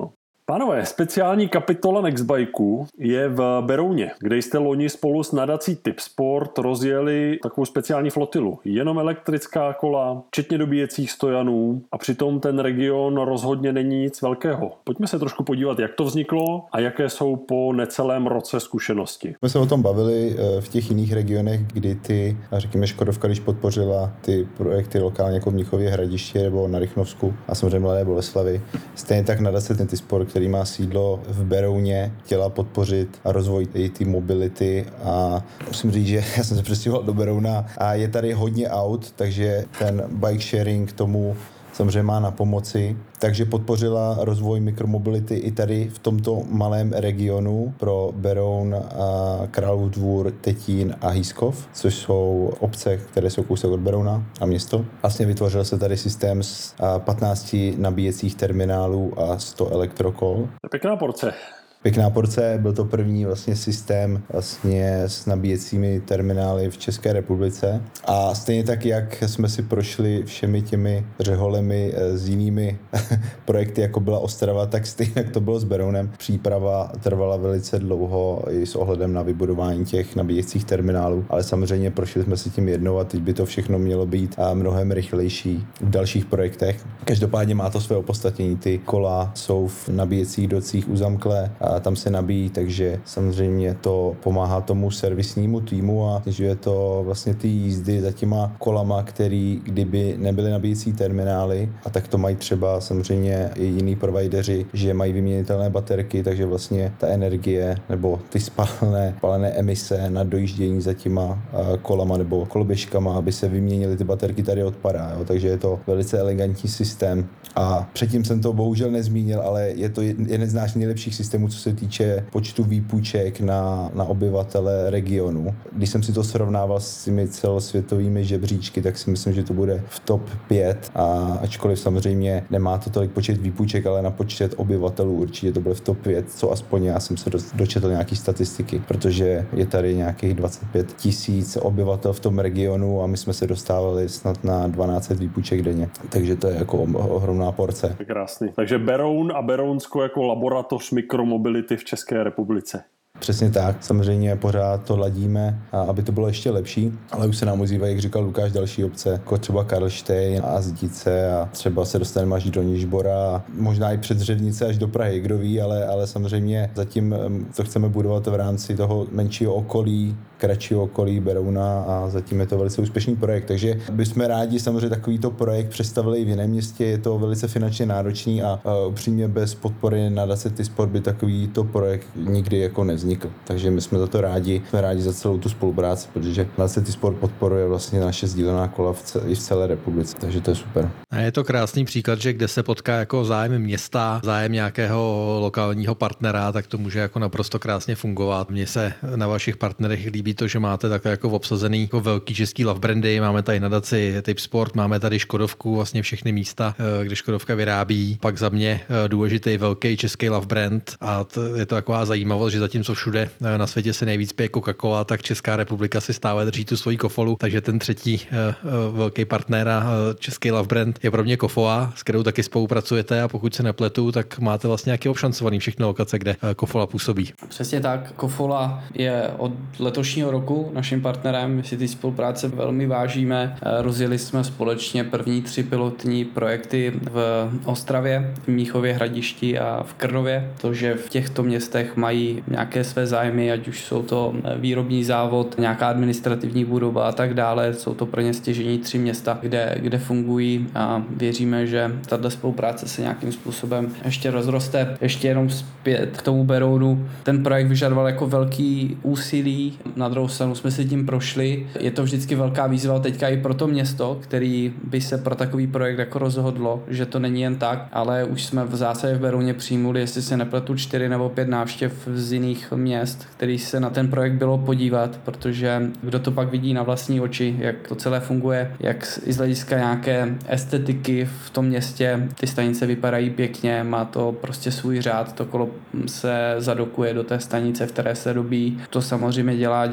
Pánové, speciální kapitola Nextbikeu je v Berouně, kde jste loni spolu s nadací Tipsport rozjeli takovou speciální flotilu. Jenom elektrická kola, včetně dobíjecích stojanů a přitom ten region rozhodně není nic velkého. Pojďme se trošku podívat, jak to vzniklo a jaké jsou po necelém roce zkušenosti. My se o tom bavili v těch jiných regionech, kdy řekněme Škodovka, když podpořila ty projekty lokálně jako v Mnichově Hradiště nebo na Rychnovsku a samozřejmě Mladé Boleslavi. Stejně tak nadace Tipsport, který má sídlo v Berouně, chtěla podpořit a rozvoj i ty mobility a musím říct, že já jsem se přestěhoval do Berouna a je tady hodně aut, takže ten bike sharing tomu samozřejmě má na pomoci, takže podpořila rozvoj mikromobility i tady v tomto malém regionu pro Beroun, Králův Dvůr, Tetín a Hýskov, což jsou obce, které jsou kousek od Berouna a město. Vlastně vytvořil se tady systém z 15 nabíjecích terminálů a 100 elektrokol. Pěkná porce. Pěkná porce, byl to první vlastně systém vlastně s nabíjecími terminály v České republice. A stejně tak, jak jsme si prošli všemi těmi řeholemi s jinými projekty, jako byla Ostrava, tak stejně jak to bylo s Berounem. Příprava trvala velice dlouho i s ohledem na vybudování těch nabíjecích terminálů, ale samozřejmě prošli jsme si tím jednou a teď by to všechno mělo být mnohem rychlejší v dalších projektech. Každopádně má to své opodstatnění. Ty kola jsou v nabíjecích docích uzamklé, a tam se nabíjí, takže samozřejmě to pomáhá tomu servisnímu týmu a snižuje to vlastně ty jízdy za těma kolama, který kdyby nebyly nabíjecí terminály, a tak to mají třeba samozřejmě i jiný provideři, že mají vyměnitelné baterky, takže vlastně ta energie nebo ty spálené emise na dojíždění za těma kolama nebo koloběžkama, aby se vyměnily ty baterky, tady odpadá, jo? Takže je to velice elegantní systém. A předtím jsem to bohužel nezmínil, ale je to jeden z našich nejlepších systémů, co se týče počtu výpůjček na obyvatele regionu. Když jsem si to srovnával s těmi celosvětovými žebříčky, tak si myslím, že to bude v top 5, a ačkoliv samozřejmě nemá to tolik počet výpůjček, ale na počet obyvatelů určitě to bude v top 5, co aspoň já jsem se dočetl nějaký statistiky, protože je tady nějakých 25 000 obyvatel v tom regionu a my jsme se dostávali snad na 12 výpůjček denně. Takže to je jako ohromná porce. Krásný. Takže Beroun a Berounsko jako laboratoř mikromobility v České republice. Přesně tak, samozřejmě pořád to ladíme, aby to bylo ještě lepší, ale už se nám ozývají, jak říkal Lukáš, další obce, jako třeba Karlštejn a Zdice, a třeba se dostaneme až do Nižbora, možná i před Dřevnice až do Prahy, kdo ví, ale samozřejmě zatím to chceme budovat v rámci toho menšího okolí, kratšího okolí Berouna, a zatím je to velice úspěšný projekt, takže bychom rádi samozřejmě takovýto projekt představili i v jiném městě, je to velice finančně náročný a upřímně bez podpory nadace Tipsport by takovýto projekt nikdy jako nevznikl. Takže my jsme za to rádi, jsme rádi za celou tu spolupráci, protože nadace Tipsport podporuje vlastně naše sdílená kola i v celé republice, takže to je super. A je to krásný příklad, že kde se potká jako zájem města, zájem nějakého lokálního partnera, tak to může jako naprosto krásně fungovat. Mně se na vašich partnerech líbí to, že máte takhle jako obsazený jako velký český love brandy, máme tady nadaci Tipsport, máme tady Škodovku, vlastně všechny místa, kde Škodovka vyrábí. Pak za mě důležitý velký český love brand, a je to taková zajímavost, že zatímco všude na světě se nejvíc pije Coca-Cola, tak Česká republika si stále drží tu svoji Kofolu, takže ten třetí velký partner a český love brand je pro mě Kofola, s kterou taky spolupracujete, a pokud se nepletu, tak máte vlastně nějaký obšancovaný všechny lokace, kde Kofola působí. Přesně tak. Kofola je od letošního roku naším partnerem, my si ty spolupráce velmi vážíme. Rozjeli jsme společně první 3 pilotní projekty v Ostravě, v Mnichově Hradišti a v Krnově, protože v těchto městech mají nějaké své zájmy, ať už jsou to výrobní závod, nějaká administrativní budova a tak dále. Jsou to pro ně stěžení 3 města, kde fungují, a věříme, že tato spolupráce se nějakým způsobem ještě rozroste. Ještě jenom zpět k tomu Berounu. Ten projekt vyžadoval jako velký úsilí, na druhou stranu jsme si tím prošli. Je to vždycky velká výzva teďka i pro to město, který by se pro takový projekt jako rozhodlo, že to není jen tak, ale už jsme v zásadě v Berouně přijmuli, jestli se nepletu, 4 nebo 5 návštěv z jiných měst, který se na ten projekt bylo podívat, protože kdo to pak vidí na vlastní oči, jak to celé funguje, jak i z hlediska nějaké estetiky v tom městě, ty stanice vypadají pěkně, má to prostě svůj řád, to kolo se zadokuje do té stanice, v které se dobí. To samozřejmě dělá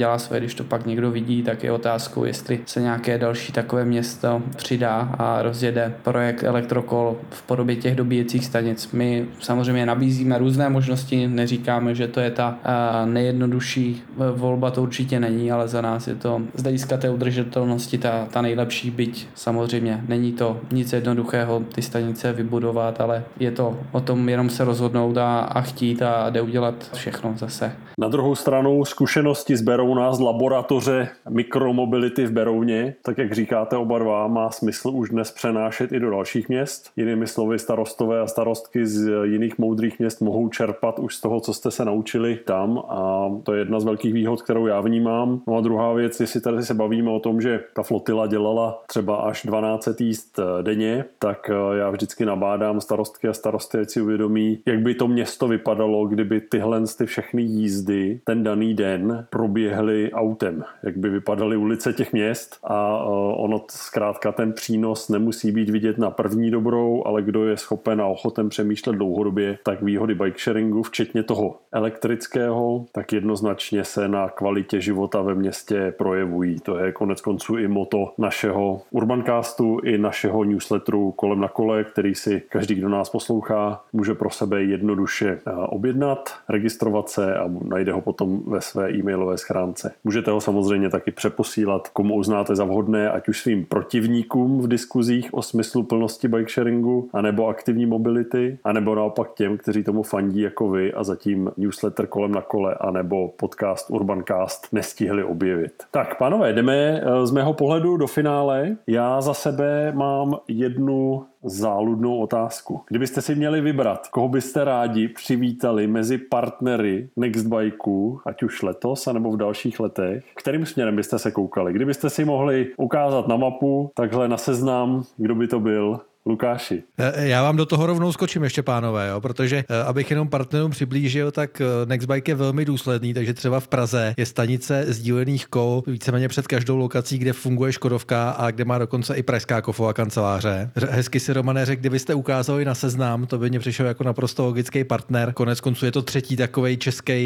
dělá své, když to pak někdo vidí, tak je otázkou, jestli se nějaké další takové město přidá a rozjede projekt elektrokol v podobě těch dobíjecích stanic. My samozřejmě nabízíme různé možnosti, neříkáme, že to je ta nejjednodušší volba, to určitě není, ale za nás je to z hlediska té udržitelnosti ta nejlepší, byť samozřejmě není to nic jednoduchého ty stanice vybudovat, ale je to o tom jenom se rozhodnout a chtít a jde udělat všechno zase. Na druhou stranu zkušenosti z Berouna, z laboratoře mikromobility v Berouně, tak jak říkáte oba dva, má smysl už dnes přenášet i do dalších měst. Jinými slovy, starostové a starostky z jiných moudrých měst mohou čerpat už z toho, co jste se naučili tam, a to je jedna z velkých výhod, kterou já vnímám. No a druhá věc, jestli tady se bavíme o tom, že ta flotila dělala třeba až 12 jízd denně, tak já vždycky nabádám starostky a starosty, ať si uvědomí, jak by to město vypadalo, kdyby tyhle všechny jízdy ten daný den proběhly autem. Jak by vypadaly ulice těch měst, a ono zkrátka ten přínos nemusí být vidět na první dobrou, ale kdo je schopen a ochoten přemýšlet dlouhodobě, tak výhody bike sharingu, včetně toho elektrického, tak jednoznačně se na kvalitě života ve městě projevují. To je konec konců i motto našeho Urbancastu i našeho newsletteru Kolem na kole, který si každý, kdo nás poslouchá, může pro sebe jednoduše objednat, registrovat se a najde ho potom ve své e-mailové schránce. Můžete ho samozřejmě taky přeposílat, komu uznáte za vhodné, ať už svým protivníkům v diskuzích o smyslu plnosti bike sharingu, anebo aktivní mobility, anebo naopak těm, kteří tomu fandí jako vy a zatím newsletter Kolem na kole anebo podcast Urbancast nestihli objevit. Tak, pánové, jdeme z mého pohledu do finále. Já za sebe mám jednu záludnou otázku. Kdybyste si měli vybrat, koho byste rádi přivítali mezi partnery Nextbikeu, ať už letos, anebo v dalších letech, kterým směrem byste se koukali? Kdybyste si mohli ukázat na mapu, takhle na seznam, kdo by to byl? Lukáši. Já vám do toho rovnou skočím ještě, pánové, jo, protože abych jenom partnerům přiblížil, tak Nextbike je velmi důsledný, takže třeba v Praze je stanice sdílených kol víceméně před každou lokací, kde funguje Škodovka a kde má dokonce i pražská kofová kanceláře. Hezky si, Romane, řekl, kdybyste ukázali na seznam, to by mě přišel jako naprosto logický partner. Konec konců je to třetí takový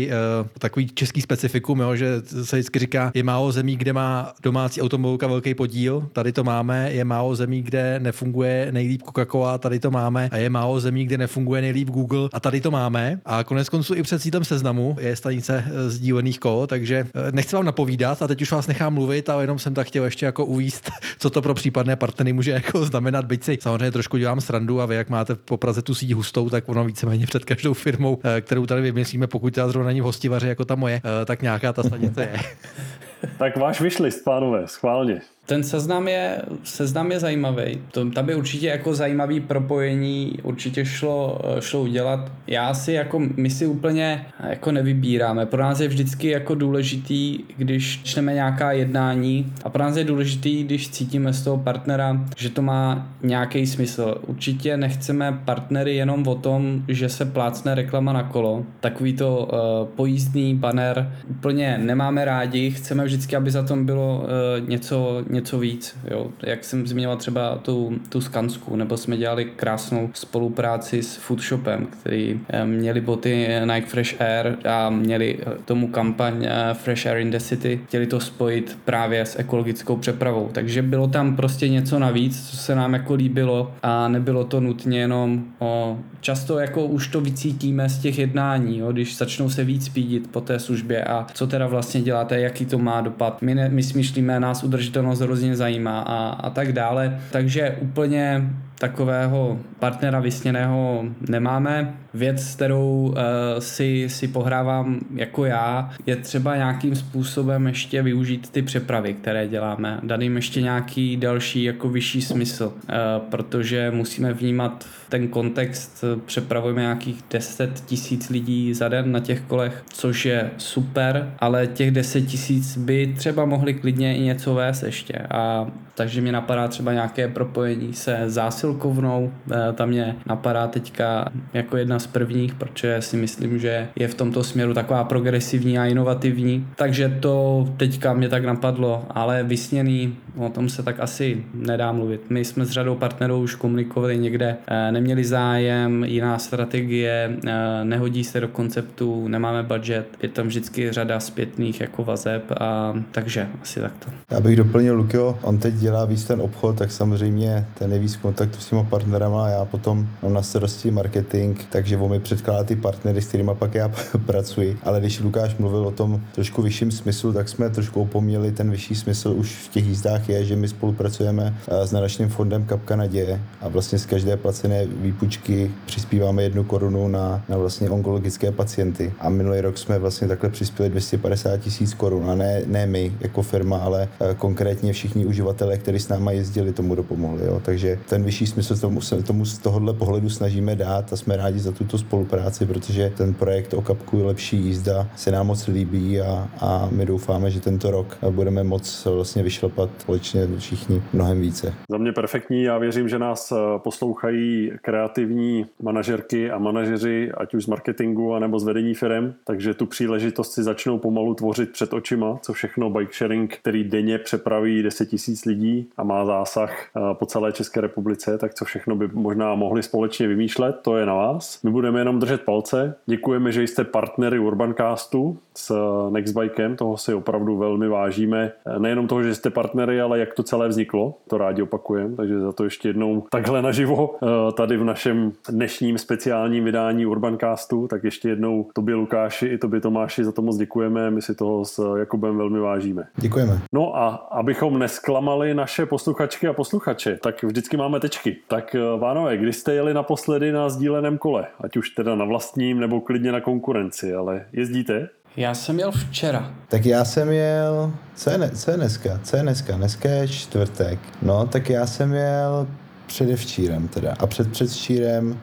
český specifikum, jo, že se vždycky říká, je málo zemí, kde má domácí automobilka velký podíl, tady to máme, je málo zemí, kde nefunguje nejlíp Coca-Cola, tady to máme, a je málo zemí, kde nefunguje nejlíp Google, a tady to máme. A konec konců i před sídlem seznamu je stanice sdílených kol, takže nechci vám napovídat a teď už vás nechám mluvit, ale jenom jsem tak chtěl ještě jako uvíct, co to pro případné partnery může jako znamenat, byť si samozřejmě trošku dělám srandu, a vy jak máte po Praze tu síť hustou, tak ono víceméně před každou firmou, kterou tady vymyslíme, pokud ta zrovna není v Hostivaři jako ta moje, tak nějaká ta stanice je. Tak váš wishlist, pánové, schválně. Ten seznam je zajímavý. Tam by určitě jako zajímavý propojení určitě šlo udělat. My si úplně jako nevybíráme. Pro nás je vždycky jako důležitý, když čteme nějaká jednání, a pro nás je důležitý, když cítíme z toho partnera, že to má nějaký smysl. Určitě nechceme partnery jenom o tom, že se plácne reklama na kolo. Takový to pojízdný banner úplně nemáme rádi. Chceme vždycky, aby za tom bylo něco víc. Jo. Jak jsem zmiňoval třeba tu Skansku, nebo jsme dělali krásnou spolupráci s Foodshopem, který měli boty Nike Fresh Air a měli tomu kampaň Fresh Air in the City. Chtěli to spojit právě s ekologickou přepravou. Takže bylo tam prostě něco navíc, co se nám jako líbilo, a nebylo to nutně jenom často jako už to vycítíme z těch jednání, jo, když začnou se víc pídit po té službě a co teda vlastně děláte, jaký to má dopad. My smýšlíme, nás udržitelnost hrozně zajímá a tak dále. Takže úplně takového partnera vysněného nemáme. Věc, kterou si pohrávám jako já, je třeba nějakým způsobem ještě využít ty přepravy, které děláme. Dát jim ještě nějaký další jako vyšší smysl, protože musíme vnímat ten kontext. Přepravujeme nějakých 10 000 lidí za den na těch kolech, což je super, ale těch 10 000 by třeba mohli klidně i něco vést ještě. A takže mě napadá třeba nějaké propojení se zásilkou zásilkovnou, ta mě napadá teďka jako jedna z prvních, protože si myslím, že je v tomto směru taková progresivní a inovativní, takže to teďka mě tak napadlo, ale vysněný, o tom se tak asi nedá mluvit. My jsme s řadou partnerů už komunikovali někde, neměli zájem, jiná strategie, nehodí se do konceptu, nemáme budget, je tam vždycky řada zpětných jako vazeb, a takže asi takto. Já bych doplnil Lukio, on teď dělá víc ten obchod, tak samozřejmě ten nejvíc kontaktu s těma partnerama, já potom mám na starosti marketing, takže on mi předkládá ty partnery, s kterými pak já pracuji. Ale když Lukáš mluvil o tom trošku vyšším smyslu, tak jsme trošku opomněli ten vyšší smysl už v těch jízdách je, že my spolupracujeme s nadačním fondem Kapka naděje a vlastně z každé placené výpůjčky přispíváme 1 korunu na vlastně onkologické pacienty. A minulý rok jsme vlastně takhle přispěli 250 000 korun a ne my jako firma, ale konkrétně všichni uživatelé, kteří s náma jezdili, tomu dopomohli. Jo. Takže ten vyšší smysl tomu z tohohle pohledu snažíme dát a jsme rádi za tuto spolupráci, protože ten projekt o Kapku lepší jízda se nám moc líbí a my doufáme, že tento rok budeme moc vlastně vyšlapat společně všichni mnohem více. Za mě perfektní, já věřím, že nás poslouchají kreativní manažerky a manažeři, ať už z marketingu anebo z vedení firem, takže tu příležitost si začnou pomalu tvořit před očima, co všechno bike sharing, který denně přepraví 10 000 lidí a má zásah po celé České republice, tak co všechno by možná mohli společně vymýšlet, to je na vás. My budeme jenom držet palce. Děkujeme, že jste partnery Urbancastu s Nextbikem, toho si opravdu velmi vážíme. Nejenom toho, že jste partnery, ale jak to celé vzniklo, to rádi opakujeme, takže za to ještě jednou takhle naživo tady v našem dnešním speciálním vydání Urbancastu, tak ještě jednou tobě Lukáši i tobě Tomáši za to moc děkujeme, my si toho s Jakubem velmi vážíme. Děkujeme. No a abychom nesklamali naše posluchačky a posluchače, tak vždycky máme tečky. Tak pánové, kdy jste jeli naposledy na sdíleném kole, ať už teda na vlastním nebo klidně na konkurenci, ale jezdíte? Já jsem jel včera. Tak já jsem jel, co je dneska? Dneska je čtvrtek. No, tak já jsem jel předevčírem teda. A předevčírem.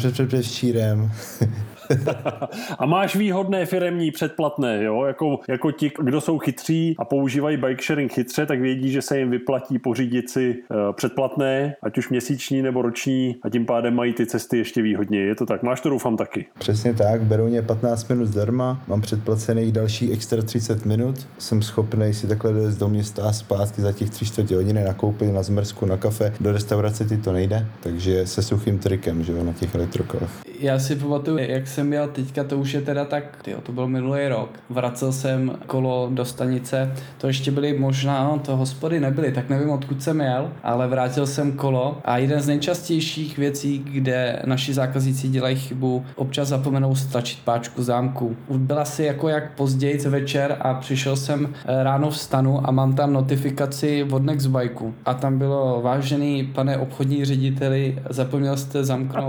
A máš výhodné firemní předplatné, jo? Jako ti, kdo jsou chytří a používají bike sharing chytře, tak vědí, že se jim vyplatí pořídit si předplatné, ať už měsíční nebo roční, a tím pádem mají ty cesty ještě výhodně. Je to tak? Máš to, doufám, taky. Přesně tak, berou mě 15 minut zdarma, mám předplacených další extra 30 minut, jsem schopný si takhle jít do města a zpátky za těch 3/4 hodiny nakoupit na zmrzku, na kafe, do restaurace ti to nejde, takže se suchým trikem, že jo, na těch elektrokolech. Já si pamatuju, jak jsem jel teďka, to už je teda tak, to byl minulý rok. Vracel jsem kolo do stanice, to ještě byly možná, no, to hospody nebyly, tak nevím, odkud jsem jel, ale vrátil jsem kolo a jeden z nejčastějších věcí, kde naši zákazníci dělají chybu, občas zapomenou stlačit páčku zámku. Už byla si jako jak později večer a přišel jsem ráno vstanu a mám tam notifikaci od Nextbikeu a tam bylo: vážený pane obchodní řediteli, zapomněl jste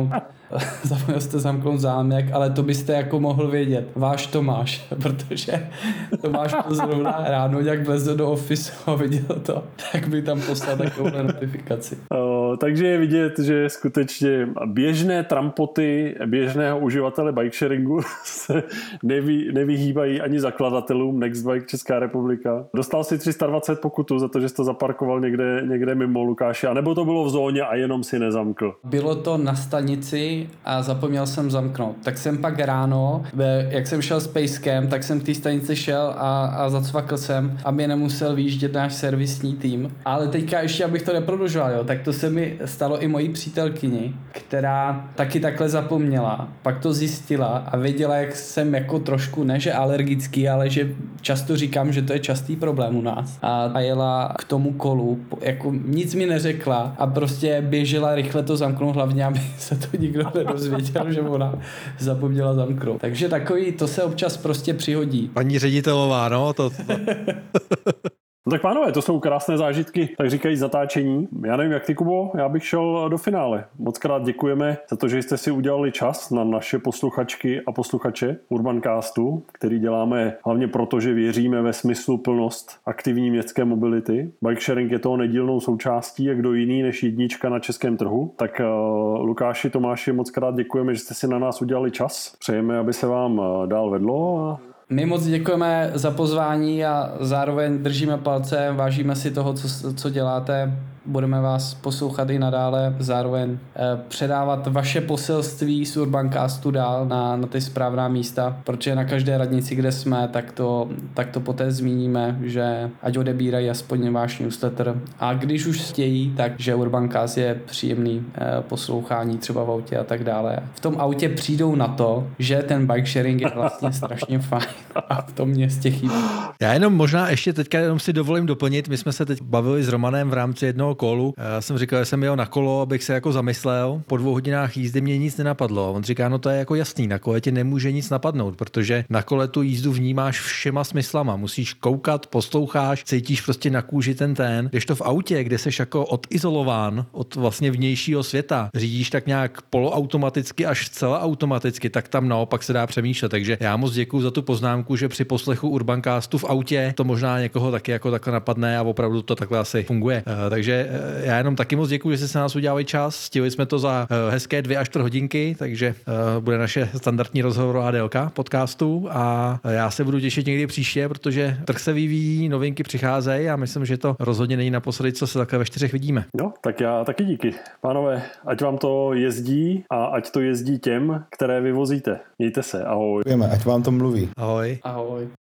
zamknout zámek, ale to byste jako mohl vědět. Váš Tomáš, protože Tomáš to zrovna ráno nějak vlezl do ofisu a viděl to, tak by tam poslal takovou notifikaci. Takže je vidět, že skutečně běžné trampoty běžného uživatele bike sharingu se nevyhýbají ani zakladatelům Nextbike Česká republika. Dostal si 320 pokutu za to, že jsi to zaparkoval někde mimo, Lukáši, anebo to bylo v zóně a jenom si nezamkl? Bylo to na stanici a zapomněl jsem zamknout. Tak jsem pak ráno, jak jsem šel s pejskem, tak jsem k té stanici šel a zacvakl jsem, aby nemusel vyjíždět náš servisní tým. Ale teďka ještě, abych to neprodlužoval, jo, tak to se mi stalo i mojí přítelkyni, která taky takhle zapomněla. Pak to zjistila a věděla, jak jsem jako trošku, ne že alergický, ale že často říkám, že to je častý problém u nás. A jela k tomu kolu, jako nic mi neřekla a prostě běžela rychle to zamknout, hlavně aby se to nikdo nedozvěděl, že ona zapomněla zamknout. Takže takový, to se občas prostě přihodí. Paní ředitelová, no, to. No tak pánové, to jsou krásné zážitky, tak říkají zatáčení. Já nevím, jak ty, Kubo, já bych šel do finále. Mockrát děkujeme za to, že jste si udělali čas na naše posluchačky a posluchače Urbancastu, který děláme hlavně proto, že věříme ve smysluplnost aktivní městské mobility. Bike sharing je toho nedílnou součástí, jak kdo jiný než jednička na českém trhu. Tak Lukáši, Tomáši, mockrát děkujeme, že jste si na nás udělali čas. Přejeme, aby se vám dál vedlo. My moc děkujeme za pozvání a zároveň držíme palce, vážíme si toho, co děláte. budeme vás poslouchat i nadále, zároveň předávat vaše poselství z Urbancastu dál na ty správná místa, protože na každé radnici, kde jsme, tak to poté zmíníme, že ať odebírají aspoň váš newsletter. A když už chtějí, takže Urbancast je příjemný poslouchání třeba v autě a tak dále. V tom autě přijdou na to, že ten bike sharing je vlastně strašně fajn a v tom městě chybí. Já jenom možná ještě teďka jenom si dovolím doplnit, my jsme se teď bavili s Romanem v rámci jednoho kolu. Já jsem říkal, že jsem jel na kolo, abych se jako zamyslel. Po 2 hodinách jízdy mě nic nenapadlo. On říká, no to je jako jasný, na kole ti nemůže nic napadnout, protože na kole tu jízdu vnímáš všema smyslama. Musíš koukat, posloucháš, cítíš prostě na kůži ten. Když to v autě, kde seš jako odizolován od vlastně vnějšího světa, řídíš tak nějak poloautomaticky až zcela automaticky, tak tam naopak se dá přemýšlet. Takže já moc děkuju za tu poznámku, že při poslechu Urbancastu v autě to možná někoho taky jako takhle napadne a opravdu to takhle asi funguje. Takže já jenom taky moc děkuju, že jste se nás udělali čas. Stihli jsme to za hezké 2 až 4 hodinky, takže bude naše standardní rozhovorová délka podcastu a já se budu těšit někdy příště, protože trh se vyvíjí, novinky přicházejí a myslím, že to rozhodně není naposledy, co se takhle ve 4 vidíme. No, tak já taky díky. Pánové, ať vám to jezdí a ať to jezdí těm, které vyvozíte. Mějte se, ahoj. Ať vám to mluví. Ahoj. Ahoj.